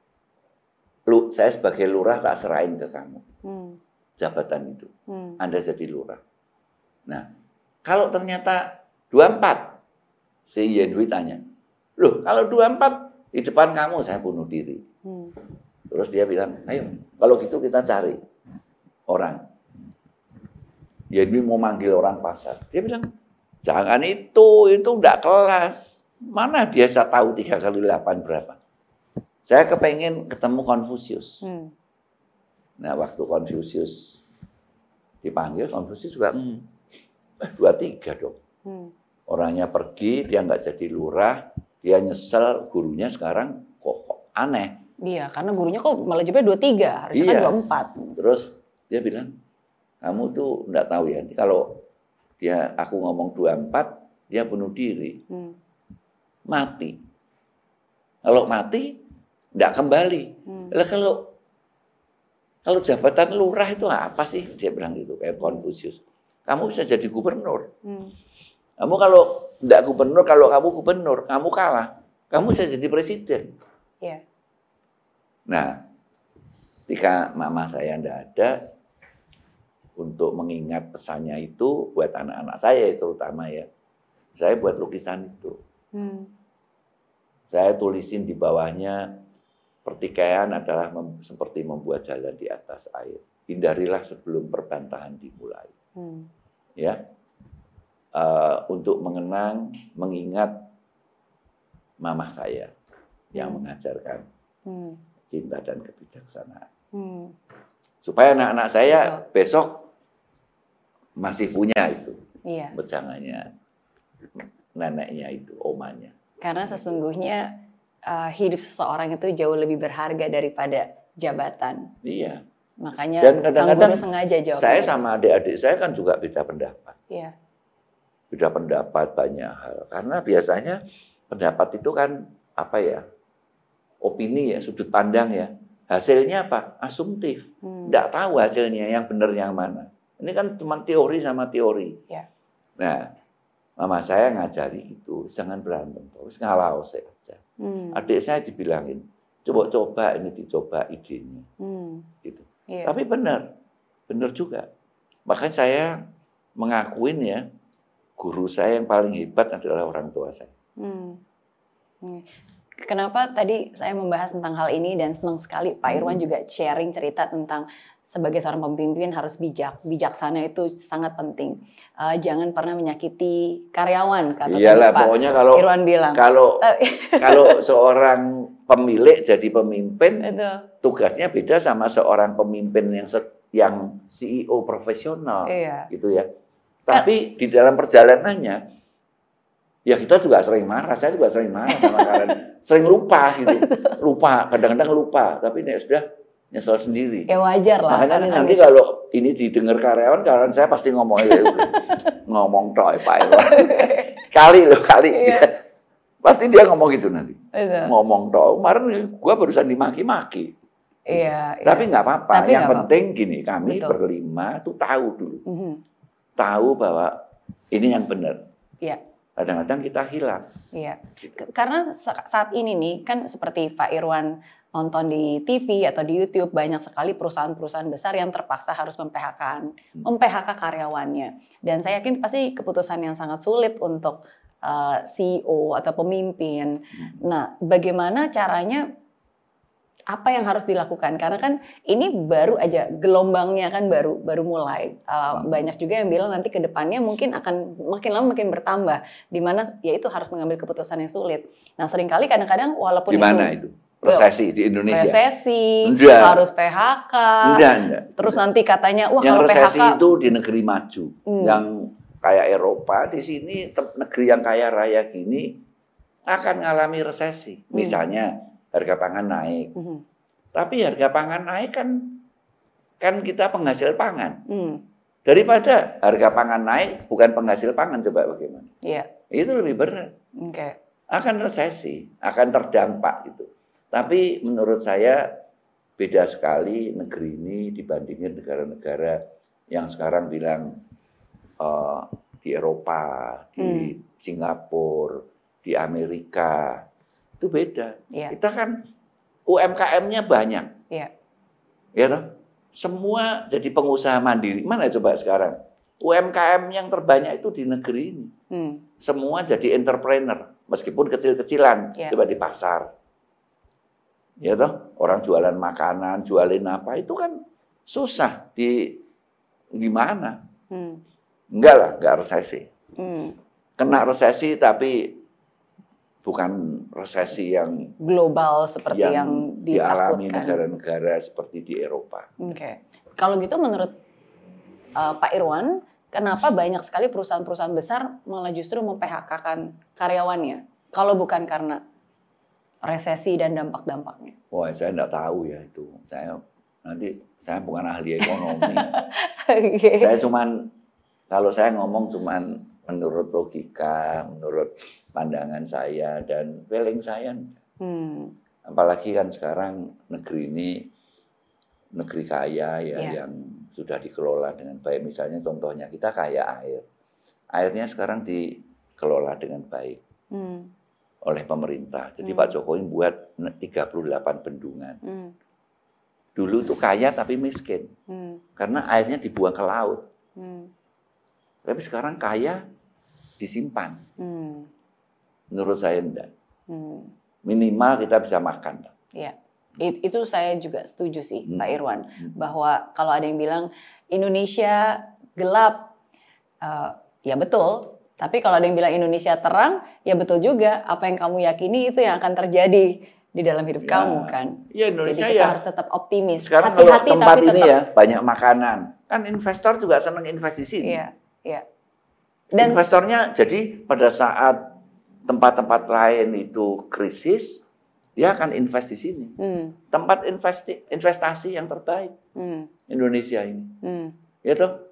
lu, saya sebagai lurah tak serahin ke kamu. Hmm. Jabatan itu. Hmm. Anda jadi lurah. Nah, kalau ternyata dua puluh empat, si Yan Hui tanya, loh kalau dua puluh empat di depan kamu saya bunuh diri. Hmm. Terus dia bilang, ayo kalau gitu kita cari orang. Yan Hui mau manggil orang pasar. Dia bilang, jangan itu, itu enggak kelas. Mana dia saya tahu tiga kali delapan berapa. Saya kepengen ketemu Konfusius. Hmm. Nah, waktu Konfusius dipanggil, Konfusius juga, hmm, eh, dua tiga dong. Hmm. Orangnya pergi, dia nggak jadi lurah, dia nyesel, gurunya sekarang kok, kok aneh. Iya, karena gurunya kok malah jawabnya dua tiga, harusnya iya. kan dua empat. Terus Dia bilang, kamu tuh enggak tahu ya, kalau dia aku ngomong dua puluh empat, dia bunuh diri. Hmm. Mati. Kalau mati, enggak kembali. Hmm. Lah kalau kalau jabatan lurah itu apa sih? Dia bilang gitu, kayak Konfusius. Kamu bisa jadi gubernur. Hmm. Kamu kalau enggak gubernur, kalau kamu gubernur, kamu kalah. Kamu bisa jadi presiden. Yeah. Nah, ketika mama saya enggak ada, untuk mengingat pesannya itu buat anak-anak saya terutama ya, saya buat lukisan itu. Hmm. Saya tulisin di bawahnya, pertikaian adalah mem seperti membuat jalan di atas air. Hindarilah sebelum perbantahan dimulai. Hmm. Ya, uh, untuk mengenang, mengingat mama saya yang hmm. mengajarkan hmm. cinta dan kebijaksanaan. Hmm. Supaya anak-anak saya betul. Besok masih punya itu, iya. Becangannya neneknya itu, omanya. Karena sesungguhnya uh, hidup seseorang itu jauh lebih berharga daripada jabatan. Iya. Makanya dan kadang-kadang sengaja jawab. Saya itu. Sama adik-adik saya kan juga beda pendapat. Iya. Beda pendapat banyak hal. Karena biasanya pendapat itu kan apa ya? Opini ya, sudut pandang ya. Hasilnya apa? Asumtif. Hmm. Nggak tahu hasilnya yang benar yang mana. Ini kan cuma teori sama teori. Ya. Nah, mama saya ngajari gitu, jangan berantem terus, ngalau saja. Hmm. Adik saya dibilangin, coba-coba ini dicoba idenya. Hmm. Gitu. Yeah. Tapi benar, benar juga. Bahkan saya mengakuin ya, guru saya yang paling hebat adalah orang tua saya. Hmm. Hmm. Kenapa tadi saya membahas tentang hal ini dan senang sekali Pak Irwan hmm. juga sharing cerita tentang sebagai seorang pemimpin harus bijak, bijaksana itu sangat penting. Uh, jangan pernah menyakiti karyawan, kata Iyalah, Pak pokoknya kalau Irwan bilang. Kalau kalau seorang pemilik jadi pemimpin, itu. Tugasnya beda sama seorang pemimpin yang yang C E O profesional, iya. Gitu ya. Tapi kan, di dalam perjalanannya, ya kita juga sering marah, saya juga sering marah sama karyawan, sering lupa gitu, lupa, kadang-kadang lupa. Tapi ini sudah nyesel sendiri. Ya wajar lah. Makanya ini nanti kalau ini didengar karyawan, karyawan saya pasti ngomong ya, ngomong toh Pak Irwan. Kali loh, kali. Iya. Dia, pasti dia ngomong gitu nanti. Itu. Ngomong toh. Kemarin gua barusan dimaki-maki. Iya. Tapi nggak iya. apa-apa. Yang gak penting apa. Gini, kami betul. Berlima tuh tahu dulu. Mm-hmm. Tahu bahwa ini yang benar. Iya. Kadang-kadang kita hilang. Iya. Gitu. Karena saat ini nih kan seperti Pak Irwan nonton di T V atau di YouTube, banyak sekali perusahaan-perusahaan besar yang terpaksa harus mem-P H K-kan, mem-P H K karyawannya. Dan saya yakin pasti keputusan yang sangat sulit untuk uh, C E O atau pemimpin. Nah, bagaimana caranya, apa yang harus dilakukan? Karena kan ini baru aja, gelombangnya kan baru baru mulai. Uh, banyak juga yang bilang nanti ke depannya mungkin akan makin lama makin bertambah, di mana ya itu harus mengambil keputusan yang sulit. Nah, seringkali kadang-kadang walaupun di mana itu? Resesi di Indonesia. Resesi, enggak. Harus P H K. Enggak, enggak. Terus nanti katanya, wah yang kalau resesi P H K itu di negeri maju, hmm. yang kayak Eropa, di sini negeri yang kaya raya gini akan mengalami resesi. Hmm. Misalnya harga pangan naik, hmm. tapi harga pangan naik kan kan kita penghasil pangan. Hmm. Daripada harga pangan naik bukan penghasil pangan, coba bagaimana? Iya. Itu lebih berat. Oke. Okay. Akan resesi, akan terdampak gitu. Tapi menurut saya beda sekali negeri ini dibandingin negara-negara yang sekarang bilang uh, di Eropa, di hmm. Singapura, di Amerika, itu beda. Yeah. Kita kan U M K M-nya banyak, yeah. Ya toh? Semua jadi pengusaha mandiri. Mana coba sekarang? U M K M yang terbanyak itu di negeri ini. Hmm. Semua jadi entrepreneur, meskipun kecil-kecilan, yeah. Coba di pasar. Ya toh, orang jualan makanan, jualin apa, itu kan susah di gimana? Hmm. Enggak lah, enggak resesi. Hmm. Kena resesi tapi bukan resesi yang global seperti yang, yang dialami negara-negara seperti di Eropa. Oke. Okay. Kalau gitu menurut uh, Pak Irwan, kenapa banyak sekali perusahaan-perusahaan besar malah justru mem-P H K-kan karyawannya? Kalau bukan karena resesi dan dampak-dampaknya. Wah, saya enggak tahu ya itu. Saya nanti saya bukan ahli ekonomi. Okay. Saya cuman, kalau saya ngomong cuman menurut logika, menurut pandangan saya dan feeling saya. Hmm. Apalagi kan sekarang negeri ini negeri kaya ya, yeah. yang sudah dikelola dengan baik. Misalnya contohnya kita kaya air. Airnya sekarang dikelola dengan baik hmm. oleh pemerintah. Jadi hmm. Pak Jokowi buat tiga puluh delapan bendungan. Hmm. Dulu tuh kaya tapi miskin. Hmm. Karena airnya dibuang ke laut. Hmm. Tapi sekarang kaya disimpan. Hmm. Menurut saya enggak. Hmm. Minimal kita bisa makan. Ya. Itu saya juga setuju sih, hmm. Pak Irwan. Hmm. Bahwa kalau ada yang bilang Indonesia gelap, uh, ya betul. Tapi kalau ada yang bilang Indonesia terang, ya betul juga. Apa yang kamu yakini itu yang akan terjadi di dalam hidup ya. Kamu kan. Ya, Indonesia jadi kita ya. harus tetap optimis. Sekarang hati-hati, kalau tempat tapi ini tetap, ya banyak makanan. Kan investor juga senang invest di sini. Iya, iya. Dan investornya jadi pada saat tempat-tempat lain itu krisis, dia akan invest di sini. Hmm. Tempat investi, investasi yang terbaik hmm. Indonesia ini. Hmm. Ya toh,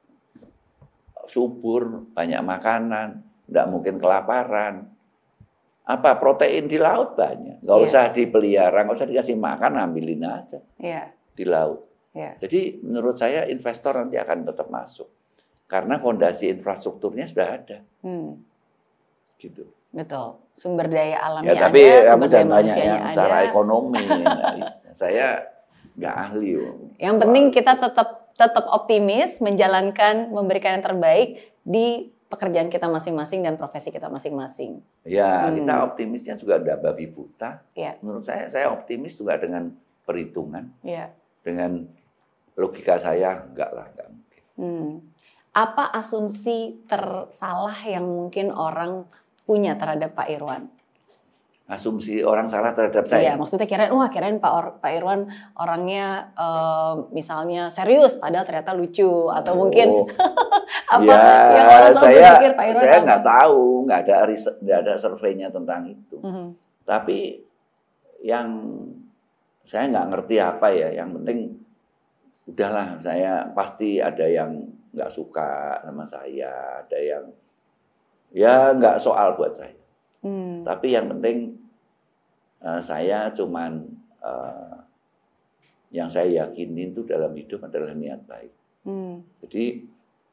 subur, banyak makanan, tidak mungkin kelaparan. Apa protein di laut banyak, nggak yeah. usah dipelihara, nggak usah dikasih makan, ambilin aja yeah. di laut. Yeah. Jadi menurut saya investor nanti akan tetap masuk karena fondasi infrastrukturnya sudah ada. Hmm. Gitu. Betul, sumber daya alamnya ya, tapi ada, kamu jangan tanya yang secara ekonomi. Saya nggak ahli. Yang penting kita tetap tetap optimis, menjalankan, memberikan yang terbaik di pekerjaan kita masing-masing dan profesi kita masing-masing. Ya, hmm. kita optimisnya juga udah babi buta. Ya. Menurut saya, saya optimis juga dengan perhitungan. Ya. Dengan logika saya, enggak lah, enggak mungkin. Hmm. Apa asumsi tersalah yang mungkin orang punya terhadap Pak Irwan? Asumsi orang salah terhadap saya? Iya, maksudnya kirain, wah kirain Pak, Or, Pak Irwan orangnya uh, misalnya serius, padahal ternyata lucu. Atau oh. mungkin apa ya, yang orang saya, berpikir Pak Irwan saya nggak tahu, nggak ada riset, nggak ada surveinya tentang itu. Mm-hmm. Tapi yang saya nggak ngerti apa ya, yang penting udahlah, saya pasti ada yang nggak suka sama saya, ada yang ya nggak soal buat saya. Hmm. Tapi yang penting uh, saya cuman uh, yang saya yakinin itu dalam hidup adalah niat baik. Hmm. Jadi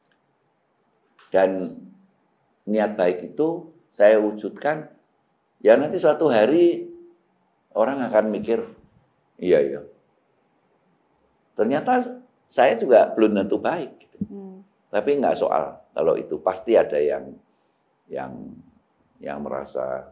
dan niat baik itu saya wujudkan ya nanti suatu hari orang akan mikir iya iya. Ternyata saya juga belum tentu baik. Gitu. Hmm. Tapi nggak soal kalau itu pasti ada yang yang yang merasa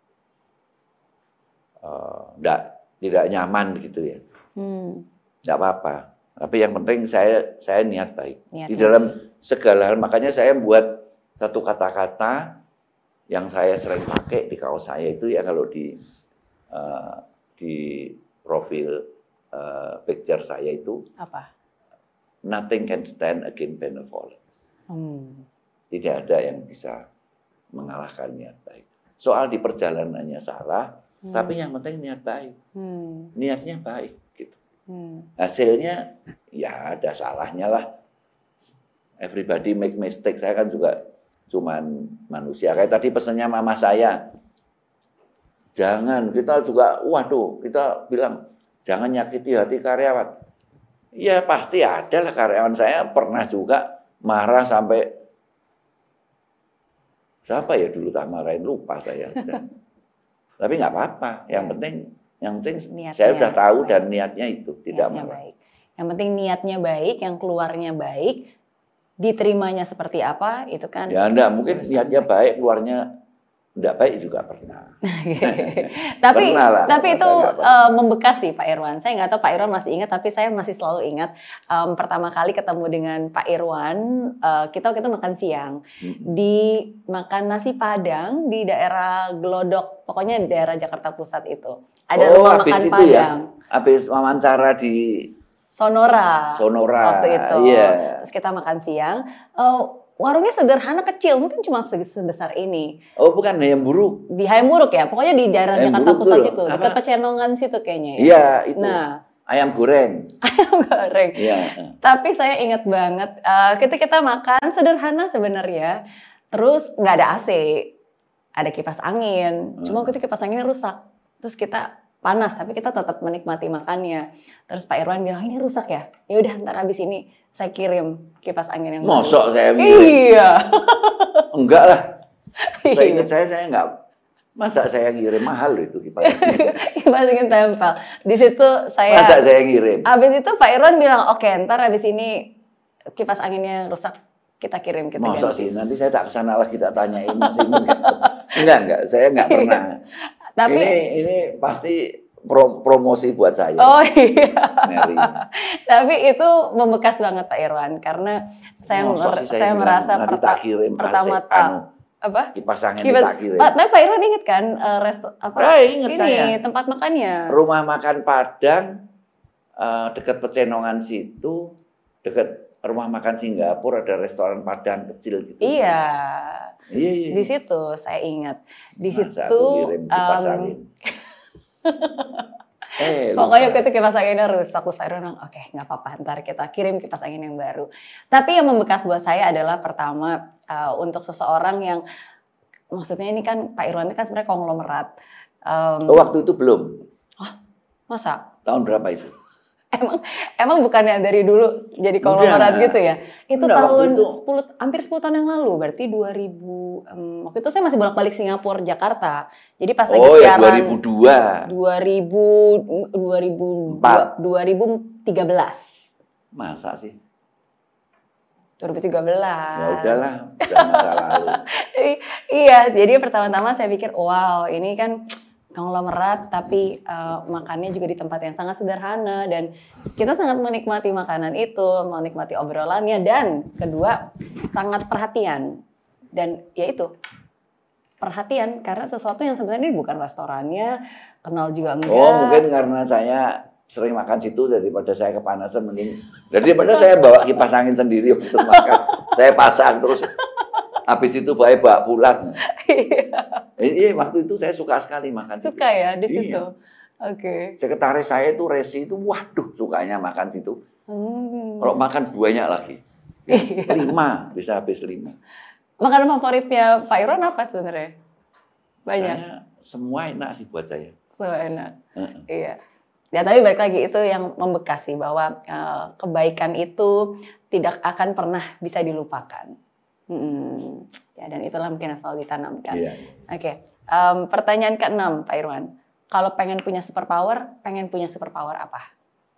uh, tidak tidak nyaman gitu ya, hmm. tidak apa-apa. Tapi yang penting saya saya niat baik niat di dalam segala hal. Makanya saya buat satu kata-kata yang saya sering pakai di kaos saya itu ya kalau di uh, di profil uh, picture saya itu apa? Nothing can stand against benevolence. Hmm. Tidak ada yang bisa mengalahkan niat baik. Soal di perjalanannya salah, hmm. tapi yang penting niat baik. Hmm. Niatnya baik gitu. Hmm. Hasilnya ya ada salahnya lah. Everybody make mistake. Saya kan juga cuman manusia. Kayak tadi pesannya mama saya. Jangan, kita juga waduh, kita bilang jangan nyakiti hati karyawan. Ya pasti ada lah, karyawan saya pernah juga marah sampai siapa ya dulu tak marahin, lupa saya. Tapi nggak apa-apa. Yang penting, yang penting niatnya, saya udah tahu baik. Dan niatnya itu tidak niatnya marah. Baik. Yang penting niatnya baik, yang keluarnya baik, diterimanya seperti apa itu kan? Ya enggak, mungkin niatnya baik, keluarnya enggak baik juga pernah. tapi pernah lah, tapi itu uh, membekas sih Pak Irwan. Saya nggak tahu Pak Irwan masih ingat, tapi saya masih selalu ingat um, pertama kali ketemu dengan Pak Irwan, uh, kita kita makan siang hmm. di makan nasi Padang di daerah Glodok, pokoknya di daerah Jakarta Pusat itu. Ada oh, rumah makan itu Padang. Ya? Habis wawancara di Sonora. Sonora. Waktu itu. Yeah. Terus kita makan siang. Uh, Warungnya sederhana kecil, mungkin cuma sebesar ini. Oh, bukan Hayam Buruk. Di Hayam Buruk ya, pokoknya di daerah Hayam Jakarta Buruk Pusat tuh, situ, dekat Pecenongan situ kayaknya. Ya? Iya, itu. Nah, Ayam goreng. Ayam goreng. Iya. Tapi saya ingat banget uh, ketika kita makan sederhana sebenarnya, terus nggak ada A C, ada kipas angin. Cuma waktu itu kipas anginnya rusak, terus kita panas tapi kita tetap menikmati makannya. Terus Pak Irwan bilang ini rusak ya, ya udah ntar abis ini saya kirim kipas angin yang baru. Mosok saya kirim? Iya. Enggak lah. Saya ingat saya saya enggak. Masa saya ngirim, mahal itu kipas angin. Kipas angin tempel. Di situ saya. Masa saya ngirim. Abis itu Pak Irwan bilang, oke ntar abis ini kipas anginnya rusak kita kirim kita Masa ganti. sih, nanti saya tak kesana lagi tak tanyain masih ingat. Enggak enggak, saya enggak pernah. Tapi ini ini pasti pro, promosi buat saya. Oh iya. Mary. Tapi itu membekas banget Pak Irwan karena saya Masa mer sih saya bilang, merasa nanti perta tak kirim pertama anu, ta apa kipas angin kipas, tak kirim. Pak, tapi Pak Irwan inget kan uh, resto apa Ah, inget ini saya. tempat makannya Rumah makan Padang uh, dekat Pecenongan situ, dekat rumah makan Singapura ada restoran Padang kecil gitu. iya. Iya, iya. Di situ saya ingat di Masa situ aku kirim kipas um, angin. eh, pokoknya lupa. waktu itu kipas anginnya rusak, terus Pak Irwan bilang, oke nggak apa-apa, ntar kita kirim kipas angin yang baru. Tapi yang membekas buat saya adalah pertama uh, untuk seseorang yang, maksudnya ini kan Pak Irwan ini kan sebenarnya konglomerat. Um, Oh, waktu itu belum. masa? Tahun berapa itu? Emang emang bukannya dari dulu jadi konglomerat Udah. gitu ya? Itu Udah, waktu tahun itu. sepuluh hampir sepuluh tahun yang lalu, berarti dua ribu. Um, waktu itu saya masih bolak-balik Singapura, Jakarta. Jadi pas lagi Oh ya siaran dua ribu dua. dua ribu dua ribu Empat. dua ribu tiga belas. Masa sih? dua ribu tiga belas. Ya udahlah, udah masa lalu. I- iya, jadi pertama-tama saya pikir, wow, ini kan konglomerat tapi uh, makannya juga di tempat yang sangat sederhana dan kita sangat menikmati makanan itu, menikmati obrolannya dan kedua sangat perhatian dan ya itu perhatian karena sesuatu yang sebenarnya bukan restorannya, kenal juga enggak. Oh mungkin karena saya sering makan situ daripada saya kepanasan mending daripada saya bawa kipas angin sendiri untuk makan. Saya pasang terus habis itu bawa bawa pulang. Iya, waktu itu saya suka sekali makan Suka situ. ya di situ. Iya. Oke. Sekretaris saya itu Resi itu waduh sukanya makan situ. Hmm. Kalau makan banyak lagi. Iya. Lima, bisa habis lima. Makanan favoritnya Pak Irwan apa sebenarnya? Banyak. Saya, semua enak sih buat saya. So enak. Heeh. Iya. Ya tapi balik lagi itu yang membekas sih bahwa uh, kebaikan itu tidak akan pernah bisa dilupakan. Hmm. Ya dan itulah mungkin yang selalu ditanamkan. Iya. Oke. Um, pertanyaan keenam Pak Irwan. Kalau pengen punya superpower, pengen punya superpower apa?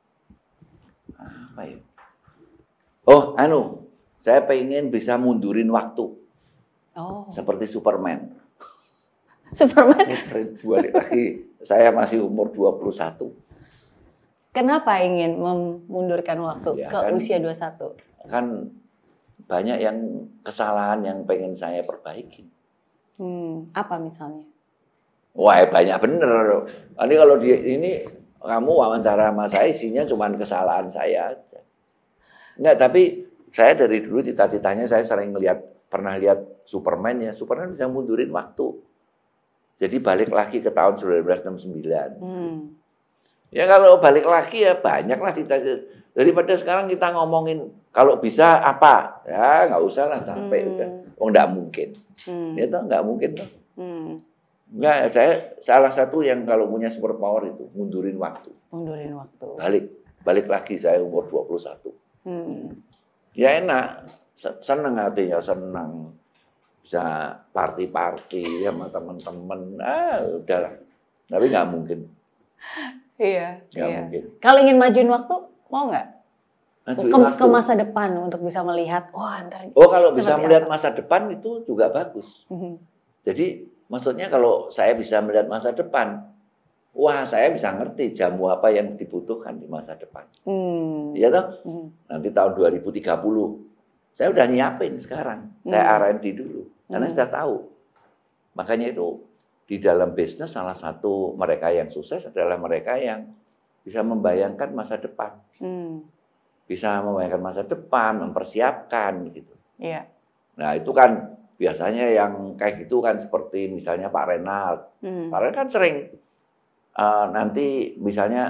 Apa ya? Oh, anu, saya pengen bisa mundurin waktu Oh. seperti Superman. Superman. Muterin balik lagi. Saya masih umur dua puluh satu. Kenapa ingin memundurkan waktu Ya, ke kan. usia dua puluh satu? Kan banyak yang kesalahan yang pengen saya perbaiki. Hmm, apa misalnya? Wah, banyak bener. Ini kalau di ini kamu wawancara sama saya isinya cuma kesalahan saya aja. Enggak, tapi saya dari dulu cita-citanya saya sering lihat pernah lihat Superman ya. Superman bisa mundurin waktu. Jadi balik lagi ke tahun seribu sembilan ratus enam puluh sembilan. Hmm. Ya kalau balik lagi ya banyaklah cita-cita. Daripada sekarang kita ngomongin kalau bisa apa? Ya nggak usah lah capek Hmm. udah. Oh nggak mungkin. Hmm. Ya toh nggak mungkin toh. Hmm. Nggak, saya salah satu yang kalau punya superpower itu mundurin waktu. Mundurin waktu. Balik, balik lagi saya umur dua puluh satu. Hmm. Ya enak, seneng hatinya, seneng. Bisa party-party sama teman-teman. Ah, udahlah. Tapi nggak mungkin. Iya. Nggak iya. mungkin. Kalau ingin majuin waktu, mau nggak? Majuin Ke, waktu. ke masa depan untuk bisa melihat, wah ntar. Oh, kalau bisa seperti melihat apa? masa depan itu juga bagus. Mhm. Jadi maksudnya kalau saya bisa melihat masa depan, wah saya bisa ngerti jamu apa yang dibutuhkan di masa depan. Hmm. Iya toh? Mhm. Nanti tahun dua ribu tiga puluh. Saya udah nyiapin sekarang. Saya Hmm. R and D dulu. Karena Hmm. sudah tahu. Makanya itu di dalam bisnis salah satu mereka yang sukses adalah mereka yang bisa membayangkan masa depan. Hmm. Bisa membayangkan masa depan, mempersiapkan gitu. Iya. Nah itu kan biasanya yang kayak gitu kan seperti misalnya Pak Renald. Hmm. Pak Renald kan sering uh, nanti misalnya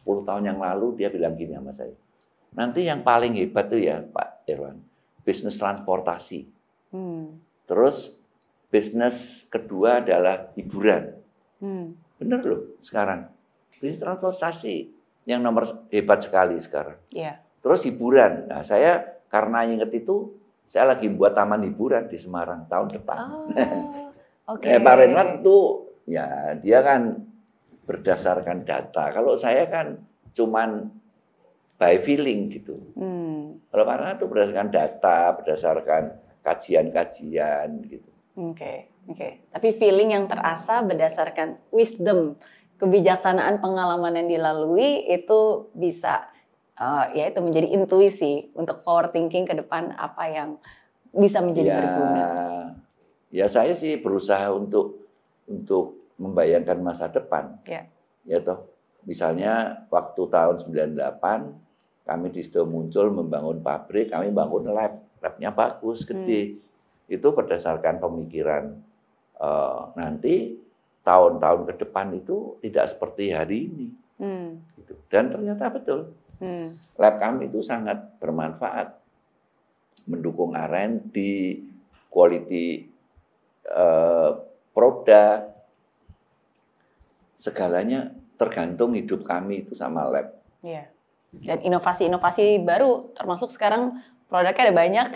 sepuluh tahun yang lalu dia bilang gini sama saya. Nanti yang paling hebat tuh ya Pak Irwan, bisnis transportasi. Hmm. Terus bisnis kedua adalah hiburan. Hmm. Bener loh sekarang. Bisnis transportasi yang nomor hebat sekali sekarang. Yeah. Terus hiburan. Nah saya karena inget itu, saya lagi buat taman hiburan di Semarang tahun depan. Oh, okay. eh, Pak Renwan tuh ya dia kan berdasarkan data. Kalau saya kan cuman by feeling gitu. Hmm. Kalau Pak Renwan tuh berdasarkan data, berdasarkan kajian-kajian gitu. Oke, okay, oke. Okay. Tapi feeling yang terasa berdasarkan wisdom, kebijaksanaan pengalaman yang dilalui itu bisa uh, ya itu menjadi intuisi untuk power thinking ke depan apa yang bisa menjadi ya, berguna. Ya saya sih berusaha untuk untuk membayangkan masa depan. Ya. Ya toh. Misalnya waktu tahun sembilan puluh delapan kami di Sido Muncul membangun pabrik, kami bangun lab, labnya bagus, gede. Hmm. Itu berdasarkan pemikiran uh, nanti tahun-tahun ke depan itu tidak seperti hari ini. Hmm. Gitu. Dan ternyata betul. Hmm. Lab kami itu sangat bermanfaat. Mendukung R and D, quality uh, produk, segalanya tergantung hidup kami itu sama lab. Iya. Dan inovasi-inovasi baru, termasuk sekarang produknya ada banyak.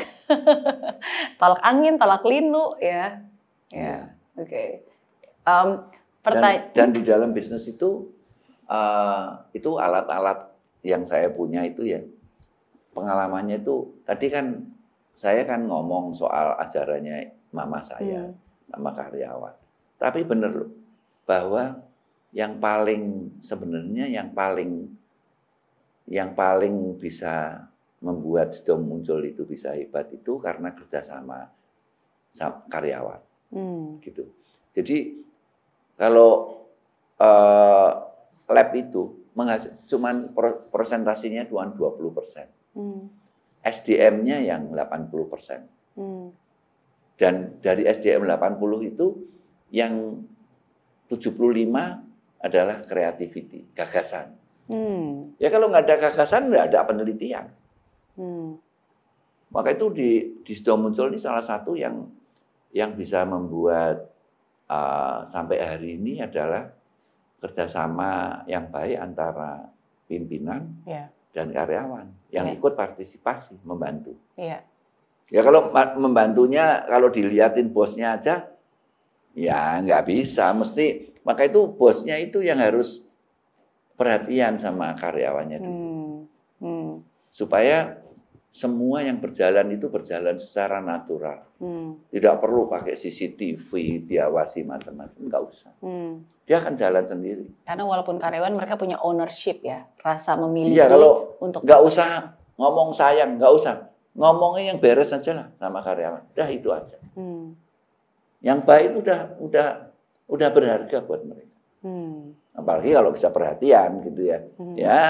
Tolak angin, tolak linu, ya. Ya, oke. Okay. Um, dan, dan di dalam bisnis itu, uh, itu alat-alat yang saya punya itu ya, pengalamannya itu, tadi kan saya kan ngomong soal ajarannya mama saya, hmm. sama karyawan. Tapi benar loh, bahwa yang paling sebenarnya yang paling yang paling bisa membuat Sido Muncul itu bisa hebat itu karena kerjasama sama karyawan, hmm. gitu. Jadi kalau uh, lab itu menghasil, cuman persentasinya dua puluh persen, hmm. S D M-nya yang delapan puluh persen, hmm. dan dari S D M delapan puluh itu yang tujuh puluh lima adalah creativity, gagasan. Hmm. Ya kalau nggak ada gagasan, nggak ada penelitian. Hmm. Maka itu di, di Sido Muncul ini salah satu yang yang bisa membuat uh, sampai hari ini adalah kerjasama yang baik antara pimpinan yeah. dan karyawan yang yeah. ikut partisipasi membantu. Yeah. Ya kalau membantunya kalau dilihatin bosnya aja, ya nggak bisa. Mesti maka itu bosnya itu yang harus perhatian sama karyawannya dulu. Hmm. Hmm. Supaya semua yang berjalan itu berjalan secara natural. Hmm. Tidak perlu pakai C C T V, diawasi macam-macam, nggak usah. Hmm. Dia akan jalan sendiri. Karena walaupun karyawan mereka punya ownership ya, rasa memiliki. Iya, kalau untuk nggak usah ngomong sayang, nggak usah. Ngomongnya yang beres aja lah sama karyawan. Udah itu aja. Hmm. Yang baik itu udah udah udah berharga buat mereka. Hmm. Apalagi kalau bisa perhatian gitu ya. Hmm. Ya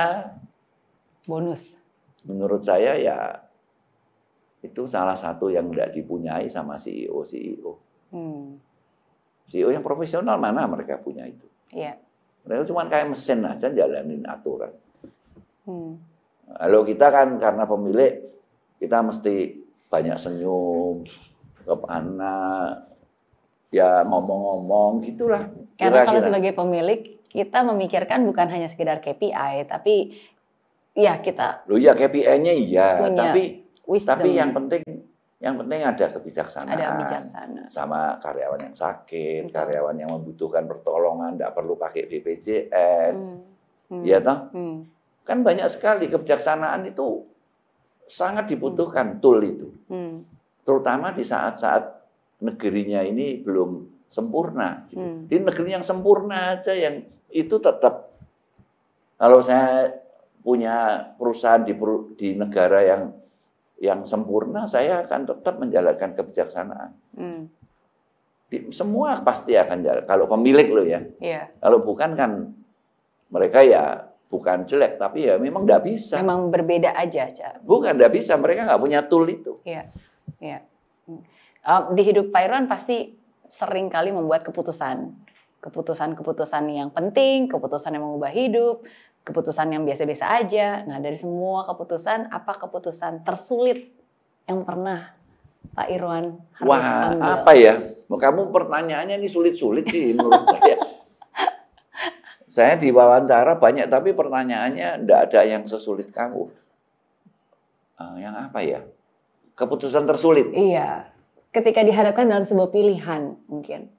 bonus. Menurut saya ya itu salah satu yang tidak dipunyai sama C E O C E O. Hmm. C E O yang profesional mana mereka punya itu? Iya. Mereka cuma kayak mesin aja jalanin aturan. Hmm. Kalau kita kan karena pemilik kita mesti banyak senyum ke anak, ya ngomong-ngomong gitulah. Karena kalau sebagai pemilik kita memikirkan bukan hanya sekedar K P I, tapi ya kita. Loh ya K P I-nya iya, tapi wisdom. Tapi yang penting yang penting ada kebijaksanaan. Ada bijaksana. Sama karyawan yang sakit, betul. Karyawan yang membutuhkan pertolongan, tidak perlu pakai B P J S, hmm. ya toh. Hmm. Kan banyak sekali kebijaksanaan itu sangat dibutuhkan hmm. tool itu, hmm. terutama di saat-saat negerinya ini belum sempurna. Gitu. Hmm. Di negeri yang sempurna aja yang itu tetap, kalau saya punya perusahaan di, di negara yang yang sempurna, saya akan tetap menjalankan kebijaksanaan. Hmm. Di, semua pasti akan jalan. Kalau pemilik loh ya, yeah. Kalau bukan kan mereka ya bukan jelek, tapi ya memang nggak bisa. Memang berbeda aja, Ca. Bukan nggak bisa, mereka nggak punya tool itu. Iya, yeah. Yeah. Uh, di hidup Pak Irwan pasti sering kali membuat keputusan. Keputusan-keputusan yang penting, keputusan yang mengubah hidup. keputusan yang biasa-biasa aja. Nah, dari semua keputusan, apa keputusan tersulit yang pernah Pak Irwan harus Wah, ambil? apa ya? Kamu pertanyaannya ini sulit-sulit sih menurut saya. Saya diwawancara banyak, tapi pertanyaannya enggak ada yang sesulit kamu. Uh, yang apa ya? Keputusan tersulit. Iya. Ketika dihadapkan dalam sebuah pilihan mungkin.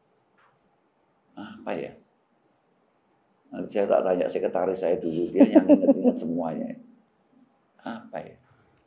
Apa ya? Nanti saya tak tanya sekretaris saya dulu, dia yang ingat-ingat semuanya. Apa ya?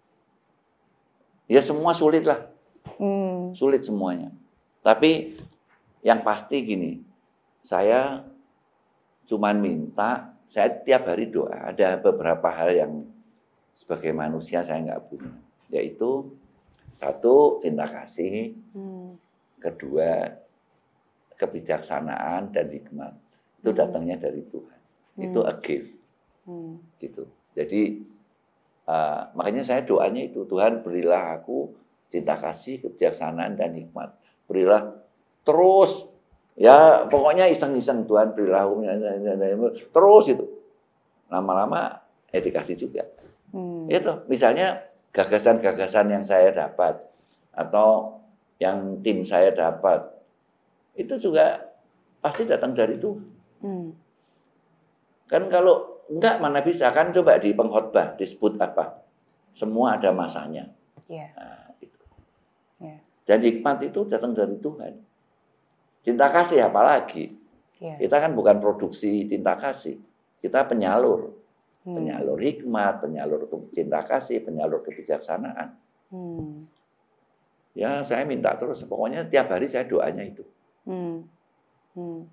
Ya semua sulit lah. Hmm. Sulit semuanya. Tapi yang pasti gini, saya cuman minta, saya tiap hari doa. Ada beberapa hal yang sebagai manusia saya nggak punya. Yaitu, satu, cinta kasih. Hmm. Kedua, kebijaksanaan dan hikmat. Itu datangnya dari Tuhan. Hmm. Itu a gift. Hmm. Gitu. Jadi, Uh, makanya saya doanya itu, Tuhan berilah aku cinta kasih, kebijaksanaan dan hikmat. Berilah terus, ya pokoknya iseng-iseng Tuhan berilah aku terus itu. Lama-lama ya dikasih juga. Hmm. Itu misalnya gagasan-gagasan yang saya dapat atau yang tim saya dapat itu juga pasti datang dari Tuhan. Hmm. Kan kalau enggak, mana bisa, kan coba di pengkhotbah disebut apa? Semua ada masanya. Yeah. Nah, itu. Yeah. Dan hikmat itu datang dari Tuhan. Cinta kasih apalagi? Yeah. Kita kan bukan produksi cinta kasih. Kita penyalur. Hmm. Penyalur hikmat, penyalur cinta kasih, penyalur kebijaksanaan. Hmm. Ya, saya minta terus. Pokoknya tiap hari saya doanya itu. Hmm. Hmm.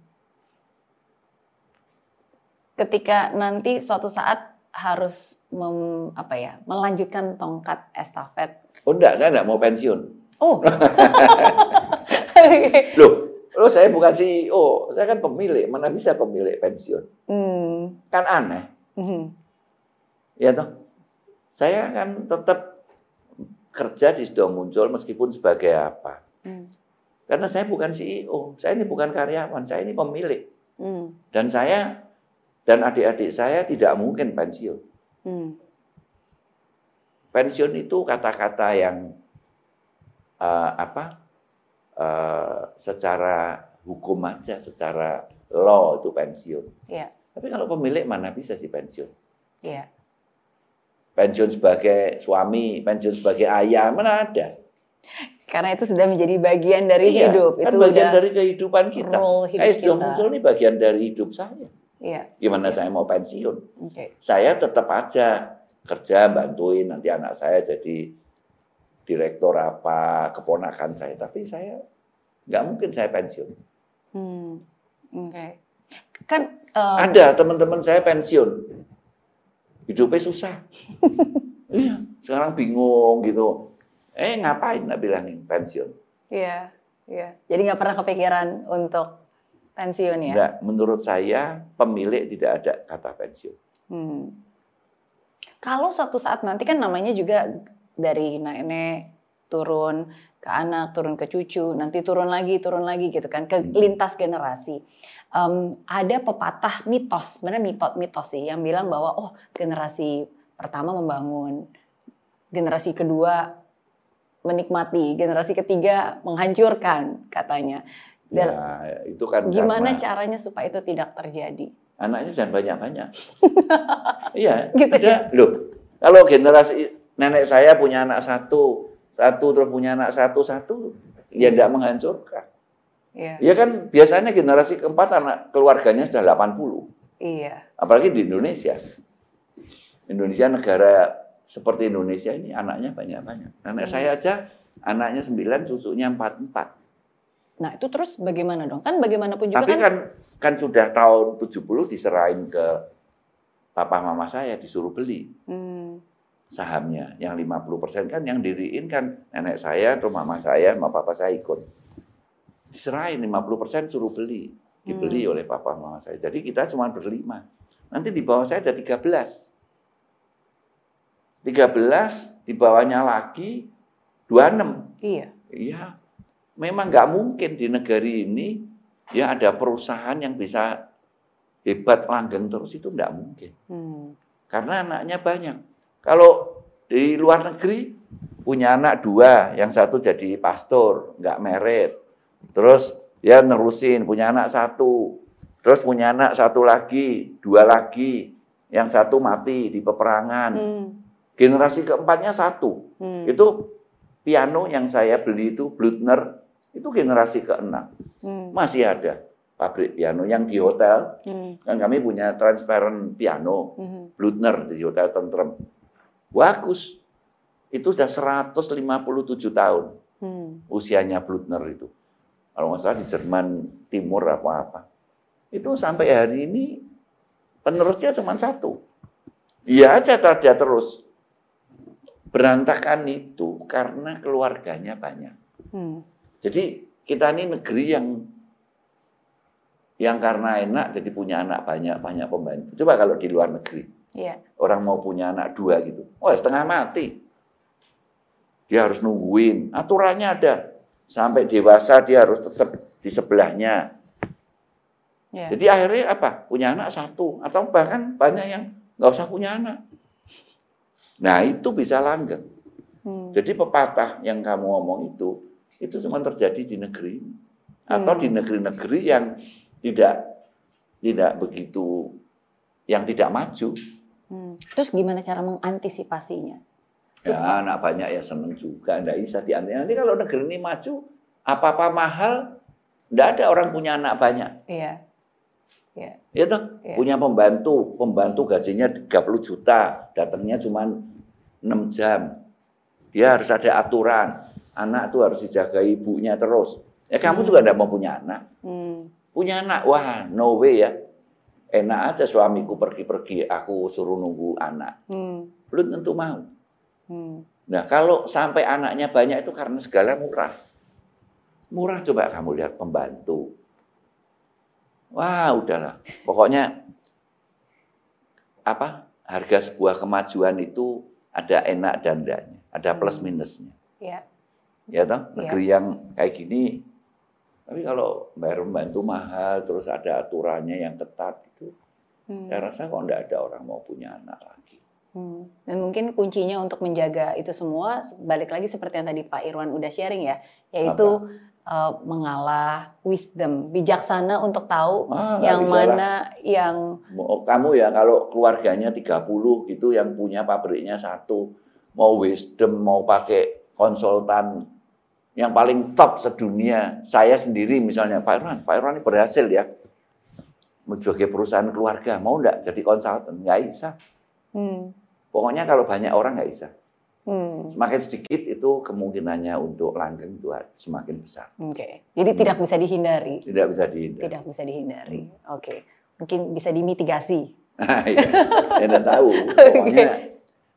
Ketika nanti suatu saat harus mem, apa ya, melanjutkan tongkat estafet. Oh enggak, saya enggak mau pensiun. Oh. Loh, loh saya bukan C E O, saya kan pemilik, mana bisa pemilik pensiun. Hmm. Kan aneh. Hmm. Ya toh. Saya kan tetap kerja di Sido Muncul meskipun sebagai apa. Hmm. Karena saya bukan C E O, saya ini bukan karyawan, saya ini pemilik. Hmm. Dan saya dan adik-adik saya tidak mungkin pensiun. Hmm. Pensiun itu kata-kata yang uh, apa? Uh, secara hukum aja, secara law itu pensiun. Yeah. Tapi kalau pemilik mana bisa sih pensiun? Yeah. Pensiun sebagai suami, pensiun sebagai ayah, mana ada? Karena itu sudah menjadi bagian dari iya, hidup. Kan itu bagian dari kehidupan kita. Eh, Sido Muncul ini bagian dari hidup saya. Iya. Gimana saya mau pensiun? Okay. Saya tetap aja kerja, bantuin nanti anak saya jadi direktur apa, keponakan saya. Tapi saya nggak mungkin saya pensiun. Hmm. Oke. Okay. Kan um... ada teman-teman saya pensiun, hidupnya susah. Iya. Sekarang bingung gitu. Eh ngapain nggak bilangin pensiun? Iya. Iya. Jadi nggak pernah kepikiran untuk pensiun ya? Enggak, menurut saya pemilik tidak ada kata pensiun. Hmm. Kalau suatu saat nanti kan namanya juga dari nenek turun ke anak, turun ke cucu, nanti turun lagi, turun lagi gitu kan, ke lintas generasi. Um, ada pepatah mitos, sebenarnya mitos sih, yang bilang bahwa oh generasi pertama membangun, generasi kedua menikmati, generasi ketiga menghancurkan katanya. Dan ya, itu kan gimana caranya supaya itu tidak terjadi? Anaknya jangan banyak-banyak. Iya, gitu ada. Ya? Loh, kalau generasi nenek saya punya anak satu, satu terus punya anak satu, satu, ya tidak menghancurkan. Iya. Ya kan biasanya generasi keempat anak keluarganya sudah delapan puluh. Iya. Apalagi di Indonesia. Indonesia negara seperti Indonesia ini anaknya banyak-banyak. Nenek hmm. saya aja anaknya sembilan, cucunya empat empat. Nah itu terus bagaimana dong? Kan bagaimanapun juga. Tapi kan, kan kan sudah tahun tujuh puluh diserahin ke papa mama saya, disuruh beli hmm. sahamnya. Yang lima puluh persen kan yang diriin kan nenek saya, atau mama saya, sama papa saya ikut. Diserahin lima puluh persen suruh beli. Dibeli hmm. oleh papa mama saya. Jadi kita cuma berlima. Nanti di bawah saya ada tiga belas. tiga belas, di bawahnya lagi dua puluh enam. Iya. Iya. Memang nggak mungkin di negeri ini ya ada perusahaan yang bisa hebat langgeng terus itu enggak mungkin. Hmm. Karena anaknya banyak. Kalau di luar negeri punya anak dua, yang satu jadi pastor, nggak merit. Terus ya nerusin, punya anak satu. Terus punya anak satu lagi, dua lagi. Yang satu mati di peperangan. Hmm. Generasi keempatnya satu. Hmm. Itu piano yang saya beli itu, Blüthner, itu generasi keenam. Hmm. Masih ada pabrik piano yang di hotel. Hmm. Kan kami punya transparent piano, Hmm. Blüthner di Hotel Tentrem. Bagus. Itu sudah seratus lima puluh tujuh tahun hmm. usianya Blüthner itu. Kalau nggak salah di Jerman Timur apa-apa. Itu sampai hari ini penerusnya cuma satu. Iya aja dia terus. Berantakan itu karena keluarganya banyak. Hmm. Jadi kita ini negeri yang yang karena enak jadi punya anak banyak, banyak pembantu. Coba kalau di luar negeri. Yeah. Orang mau punya anak dua gitu. Oh, setengah mati. Dia harus nungguin. Aturannya ada. Sampai dewasa dia harus tetap di sebelahnya. Yeah. Jadi akhirnya apa? Punya anak satu. Atau bahkan banyak yang nggak usah punya anak. Nah, itu bisa langgeng. Hmm. Jadi pepatah yang kamu ngomong itu, itu cuma terjadi di negeri ini. Atau hmm. di negeri-negeri yang tidak tidak begitu, yang tidak maju. Hmm. Terus gimana cara mengantisipasinya? Ya, anak banyak ya seneng juga, enggak bisa diantisipasi. Nanti kalau negeri ini maju, apa-apa mahal, enggak ada orang punya anak banyak. Iya. Iya. Ya toh, iya. Punya pembantu, pembantu gajinya tiga puluh juta, datangnya cuma enam jam. Dia harus ada aturan. Anak tuh harus dijaga ibunya terus. Ya kamu hmm. juga enggak mau punya anak. Hmm. Punya anak, wah no way ya. Enak aja suamiku pergi-pergi, aku suruh nunggu anak. Hmm. Belum tentu mau. Hmm. Nah, kalau sampai anaknya banyak itu karena segala murah. Murah coba kamu lihat pembantu. Wah, udahlah. Pokoknya apa? Harga sebuah kemajuan itu ada enak dan enggaknya, ada plus minusnya. Iya. Ya toh, negeri ya. Yang kayak gini. Tapi kalau bayar pembantu mahal, terus ada aturannya yang ketat itu, hmm. saya rasa kok enggak ada orang mau punya anak lagi. Hmm. Dan mungkin kuncinya untuk menjaga itu semua, balik lagi seperti yang tadi Pak Irwan udah sharing ya, yaitu uh, mengalah, wisdom, bijaksana untuk tahu ah, yang mana lah. Yang... Kamu ya kalau keluarganya tiga puluh gitu, yang punya pabriknya satu, mau wisdom, mau pakai konsultan, yang paling top sedunia, saya sendiri misalnya, Pak Irwan, Pak Irwan ini berhasil ya, sebagai perusahaan keluarga, mau enggak jadi konsultan? Nggak bisa. Hmm. Pokoknya kalau banyak orang nggak bisa. Hmm. Semakin sedikit itu kemungkinannya untuk langgeng itu semakin besar. Oke, okay. Jadi hmm. tidak bisa dihindari. Tidak bisa dihindari. Tidak bisa dihindari. Hmm. Oke, okay. Mungkin bisa dimitigasi. Ya, ya tahu. Pokoknya okay.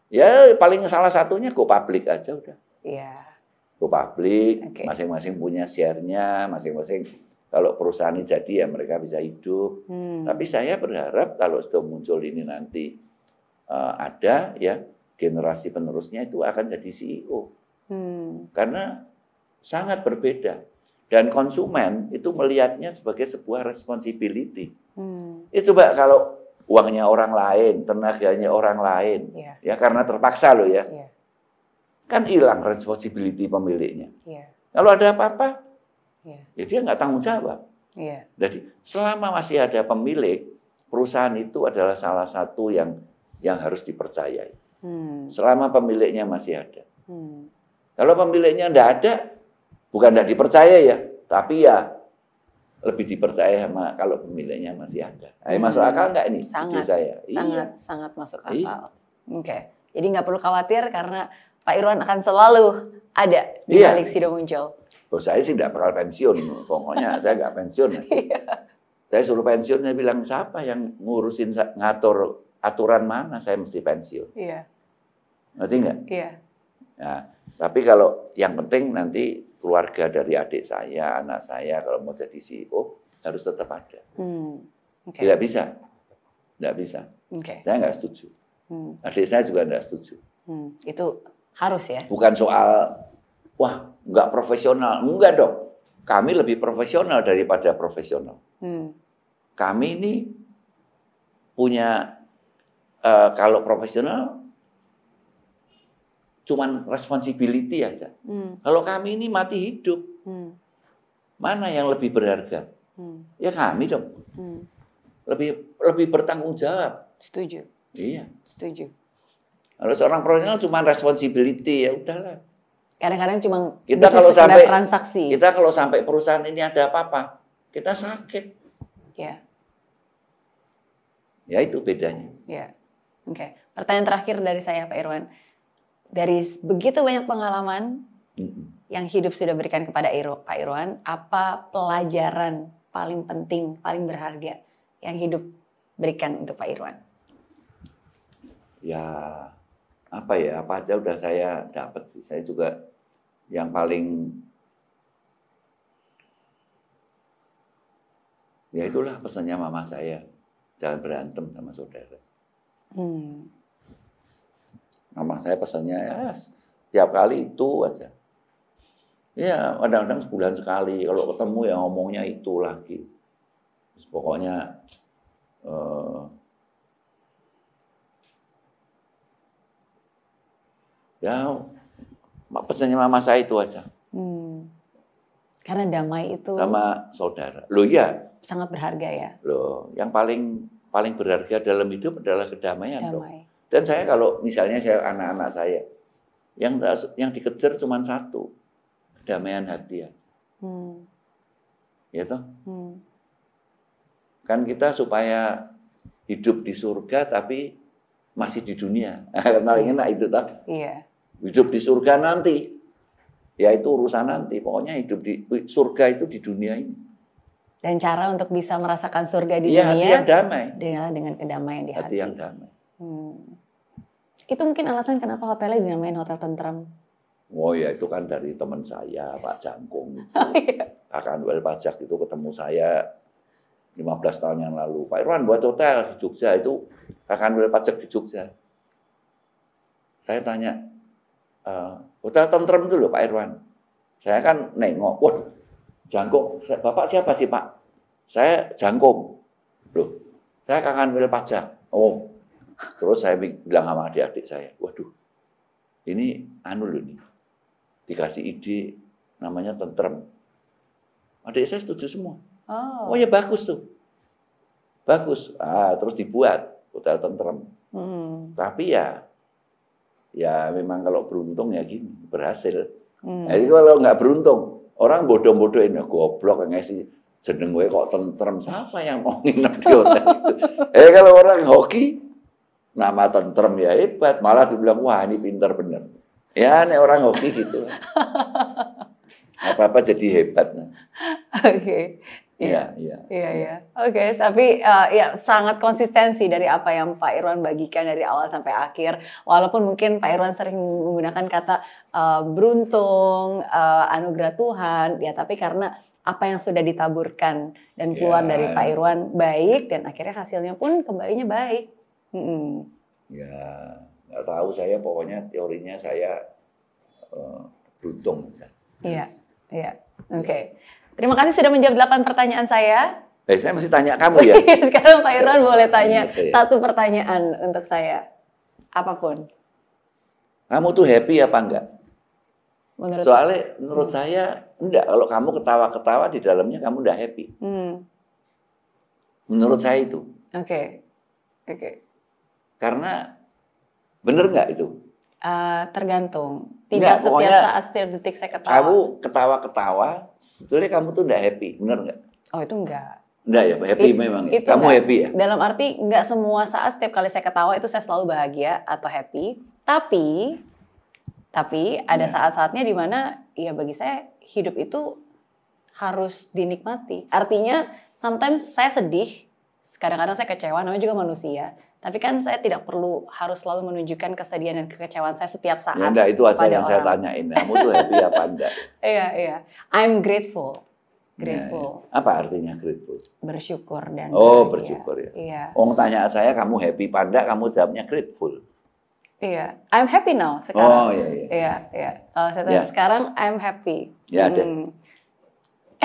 Ya paling salah satunya go public aja udah. Iya. Yeah. Go public, okay. Masing-masing punya share-nya, masing-masing kalau perusahaan ini jadi ya mereka bisa hidup. Hmm. Tapi saya berharap kalau sudah muncul ini nanti uh, ada ya generasi penerusnya itu akan jadi C E O. Hmm. Karena sangat berbeda. Dan konsumen itu melihatnya sebagai sebuah responsibility. Hmm. Itu coba kalau uangnya orang lain, tenaganya orang lain, yeah. Ya karena terpaksa loh ya. Yeah. Kan hilang responsibility pemiliknya. Yeah. Kalau ada apa-apa, yeah. Ya dia nggak tanggung jawab. Yeah. Jadi selama masih ada pemilik, perusahaan itu adalah salah satu yang yang harus dipercayai. Hmm. Selama pemiliknya masih ada. Hmm. Kalau pemiliknya nggak ada, bukan nggak dipercaya ya, tapi ya lebih dipercaya sama kalau pemiliknya masih ada. Nah, hmm. Masuk akal nggak ini? Sangat, saya. sangat, iya. sangat masuk akal. Iya. Oke, okay. Jadi nggak perlu khawatir karena Pak Irwan akan selalu ada di iya. balik Sido Muncul. Oh, saya sih nggak bakal pensiun, pokoknya saya nggak pensiun aja. Iya. Saya suruh pensiun, dia bilang siapa yang ngurusin ngatur aturan mana saya mesti pensiun. Iya. Ngerti nggak? Iya. Nah, tapi kalau yang penting nanti keluarga dari adik saya, anak saya kalau mau jadi C E O harus tetap ada. Hmm. Okay. Tidak bisa, tidak bisa. Okay. Saya nggak setuju. Hmm. Adik saya juga nggak setuju. Hmm. Itu harus ya? Bukan soal wah nggak profesional, enggak dong. Kami lebih profesional daripada profesional. Hmm. Kami ini punya uh, kalau profesional cuman responsibility aja. Hmm. Kalau kami ini mati hidup, hmm. mana yang lebih berharga? Hmm. Ya kami dong. Hmm. Lebih lebih bertanggung jawab. Setuju. Iya. Setuju. Kalau seorang profesional cuma responsibility, ya udahlah. Kadang-kadang cuma kita kalau sampai transaksi. Kita kalau sampai perusahaan ini ada apa-apa, kita sakit. Ya. Ya itu bedanya. Ya. Oke. Okay. Pertanyaan terakhir dari saya, Pak Irwan. Dari begitu banyak pengalaman mm-hmm. yang hidup sudah berikan kepada Iro, Pak Irwan, apa pelajaran paling penting, paling berharga yang hidup berikan untuk Pak Irwan? Ya, apa ya, apa aja udah saya dapat sih. Saya juga yang paling, ya itulah pesannya mama saya, jangan berantem sama saudara. Hmm. Mama saya pesannya ya tiap kali itu aja. Ya kadang-kadang sebulan sekali kalau ketemu ya ngomongnya itu lagi. Terus pokoknya eh, ya pesannya mama saya itu aja. Hmm. Karena damai itu sama saudara. Loh ya. Sangat berharga ya. Loh, yang paling paling berharga dalam hidup adalah kedamaian. Damai. Dong. Dan saya kalau misalnya saya anak-anak saya yang yang dikejar cuma satu, kedamaian hati aja. Hmm. Ya toh? Hmm. Kan kita supaya hidup di surga tapi masih di dunia. Karena hmm. enak itu toh. Iya. Hidup di surga nanti. Ya itu urusan nanti. Pokoknya hidup di surga itu di dunia ini. Dan cara untuk bisa merasakan surga di ya, dunia hati yang damai. Dengan dengan kedamaian di hati. Hati yang damai. Hmm. Itu mungkin alasan kenapa hotelnya dinamain Hotel Tentram. Oh ya, itu kan dari teman saya, Pak Jangkung. Kakak Anwel Pajak itu ketemu saya lima belas tahun yang lalu. Pak Irwan buat hotel di Jogja, itu Kakak Anwel Pajak di Jogja. Saya tanya, e, Hotel Tentram dulu Pak Irwan. Saya kan nengok, wah Jangkung, Bapak siapa sih Pak? Saya Jangkung. Loh, saya Kakak Anwel Pajak. Oh, terus saya bilang sama adik-adik saya, waduh, ini anu loh nih, dikasih ide namanya Tentram. Adik saya setuju semua. Oh, oh ya bagus tuh, bagus. Ah, terus dibuat Hotel Tentram. Hmm. Tapi ya, ya memang kalau beruntung ya gini, berhasil. Hmm. Jadi kalau nggak beruntung, orang bodoh-bodohin, ya goblok ngasih jeneng gue kok Tentram, siapa yang mau nginep di hotel itu? Eh kalau orang hoki, nama Tentram ya hebat, malah dibilang wah ini pintar bener. Ya nih orang hoki gitu. Apa-apa jadi hebat. Oke. Okay. Iya, iya. Iya, iya. Oke, tapi uh, ya sangat konsistensi dari apa yang Pak Irwan bagikan dari awal sampai akhir. Walaupun mungkin Pak Irwan sering menggunakan kata uh, beruntung, uh, anugerah Tuhan, ya tapi karena apa yang sudah ditaburkan dan keluar ya. Dari Pak Irwan baik dan akhirnya hasilnya pun kembalinya baik. Hmm. Ya, nggak tahu saya pokoknya teorinya saya uh, beruntung saja. Iya, iya. Oke. Okay. Terima kasih sudah menjawab delapan pertanyaan saya. Eh, saya masih tanya kamu ya. Sekarang Pak Irwan boleh tanya okay. Satu pertanyaan untuk saya. Apapun. Kamu tuh happy apa enggak? Menurut Soalnya menurut hmm. saya enggak. Kalau kamu ketawa-ketawa di dalamnya kamu udah happy. Hmm. Menurut saya itu. Oke. Okay. Oke. Okay. Karena bener nggak itu? Uh, tergantung. Tidak enggak, setiap saat, setiap detik saya ketawa. Kamu ketawa-ketawa, sebetulnya kamu tuh enggak happy, bener nggak? Oh itu enggak. Enggak ya, happy It, memang ya? Kamu enggak. Happy ya? Dalam arti enggak semua saat setiap kali saya ketawa itu saya selalu bahagia atau happy. Tapi, tapi ada ya. Saat-saatnya di mana ya bagi saya hidup itu harus dinikmati. Artinya sometimes saya sedih, kadang-kadang saya kecewa, namanya juga manusia. Tapi kan saya tidak perlu harus selalu menunjukkan kesedihan dan kekecewaan saya setiap saat. Ya enggak, itu aja yang orang. Saya tanyain. Kamu tuh happy apa enggak? Iya, iya. I'm grateful. Grateful. Ya, ya. Apa artinya grateful? Bersyukur dan Oh, bahagia. Bersyukur ya. Iya. Orang tanya saya, kamu happy apa enggak? Kamu jawabnya grateful. Iya. I'm happy now sekarang. Oh, iya, iya. Iya, iya. Kalau saya tanya ya. Sekarang, I'm happy. Ya, ada. Hmm. Ya.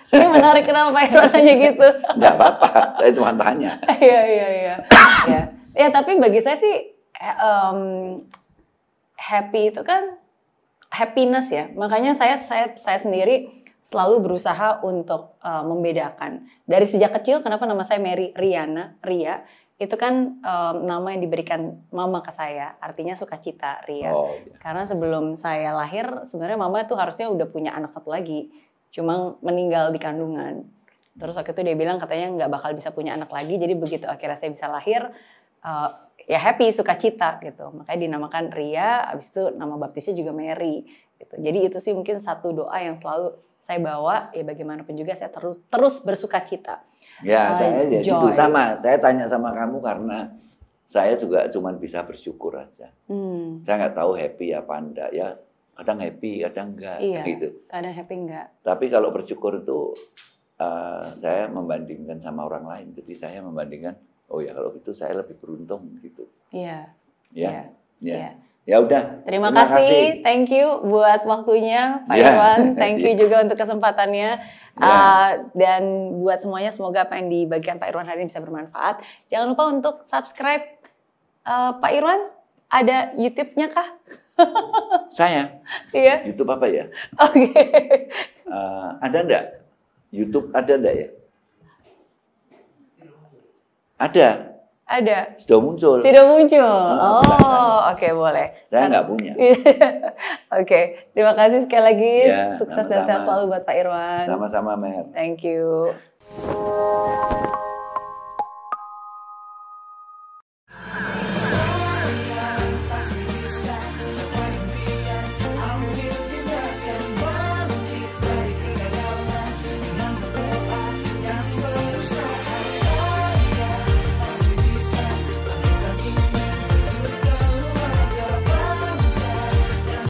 Ini menarik, kenapa Pak Irwan nanya gitu? Nggak apa-apa, saya cuma tanya. Iya, iya, iya. Ya. Ya, tapi bagi saya sih um, happy itu kan happiness ya. Makanya saya saya saya sendiri selalu berusaha untuk uh, membedakan. Dari sejak kecil, kenapa nama saya Mary Riana, Ria, itu kan um, nama yang diberikan mama ke saya, artinya sukacita, Ria. Oh, iya. Karena sebelum saya lahir, sebenarnya mama tuh harusnya udah punya anak satu lagi, cuma meninggal di kandungan. Terus waktu itu dia bilang katanya nggak bakal bisa punya anak lagi, jadi begitu akhirnya saya bisa lahir, uh, ya happy, sukacita gitu. Makanya dinamakan Ria, abis itu nama baptisnya juga Mary. Gitu. Jadi itu sih mungkin satu doa yang selalu saya bawa, ya bagaimanapun juga saya terus terus bersukacita. Ya, Uh, saya ya joy. gitu sama. Saya tanya sama kamu karena saya juga cuma bisa bersyukur aja. Hmm. Saya nggak tahu happy apa enggak. Ya, kadang happy, kadang enggak. Iya, Gitu. kadang happy enggak. Tapi kalau bersyukur itu uh, saya membandingkan sama orang lain. Jadi saya membandingkan, oh ya kalau gitu saya lebih beruntung gitu. Iya. Ya, Iya. ya. Iya. Ya udah. Terima, Terima kasih. kasih, thank you buat waktunya Pak yeah. Irwan, thank you juga untuk kesempatannya. Yeah. Uh, dan buat semuanya semoga apa yang dibagikan Pak Irwan hari ini bisa bermanfaat. Jangan lupa untuk subscribe uh, Pak Irwan. Ada YouTube-nya kah? Saya? Iya. YouTube apa ya? Oke. Okay. Uh, ada enggak? YouTube ada enggak ya? Ada. Ada. Sudah muncul. Sudah muncul. Oh, oh oke okay, boleh. Saya nggak punya. Oke, okay. Terima kasih sekali lagi. Ya, sukses sama-sama. dan sehat selalu buat Pak Irwan. Sama-sama, Mer. Thank you.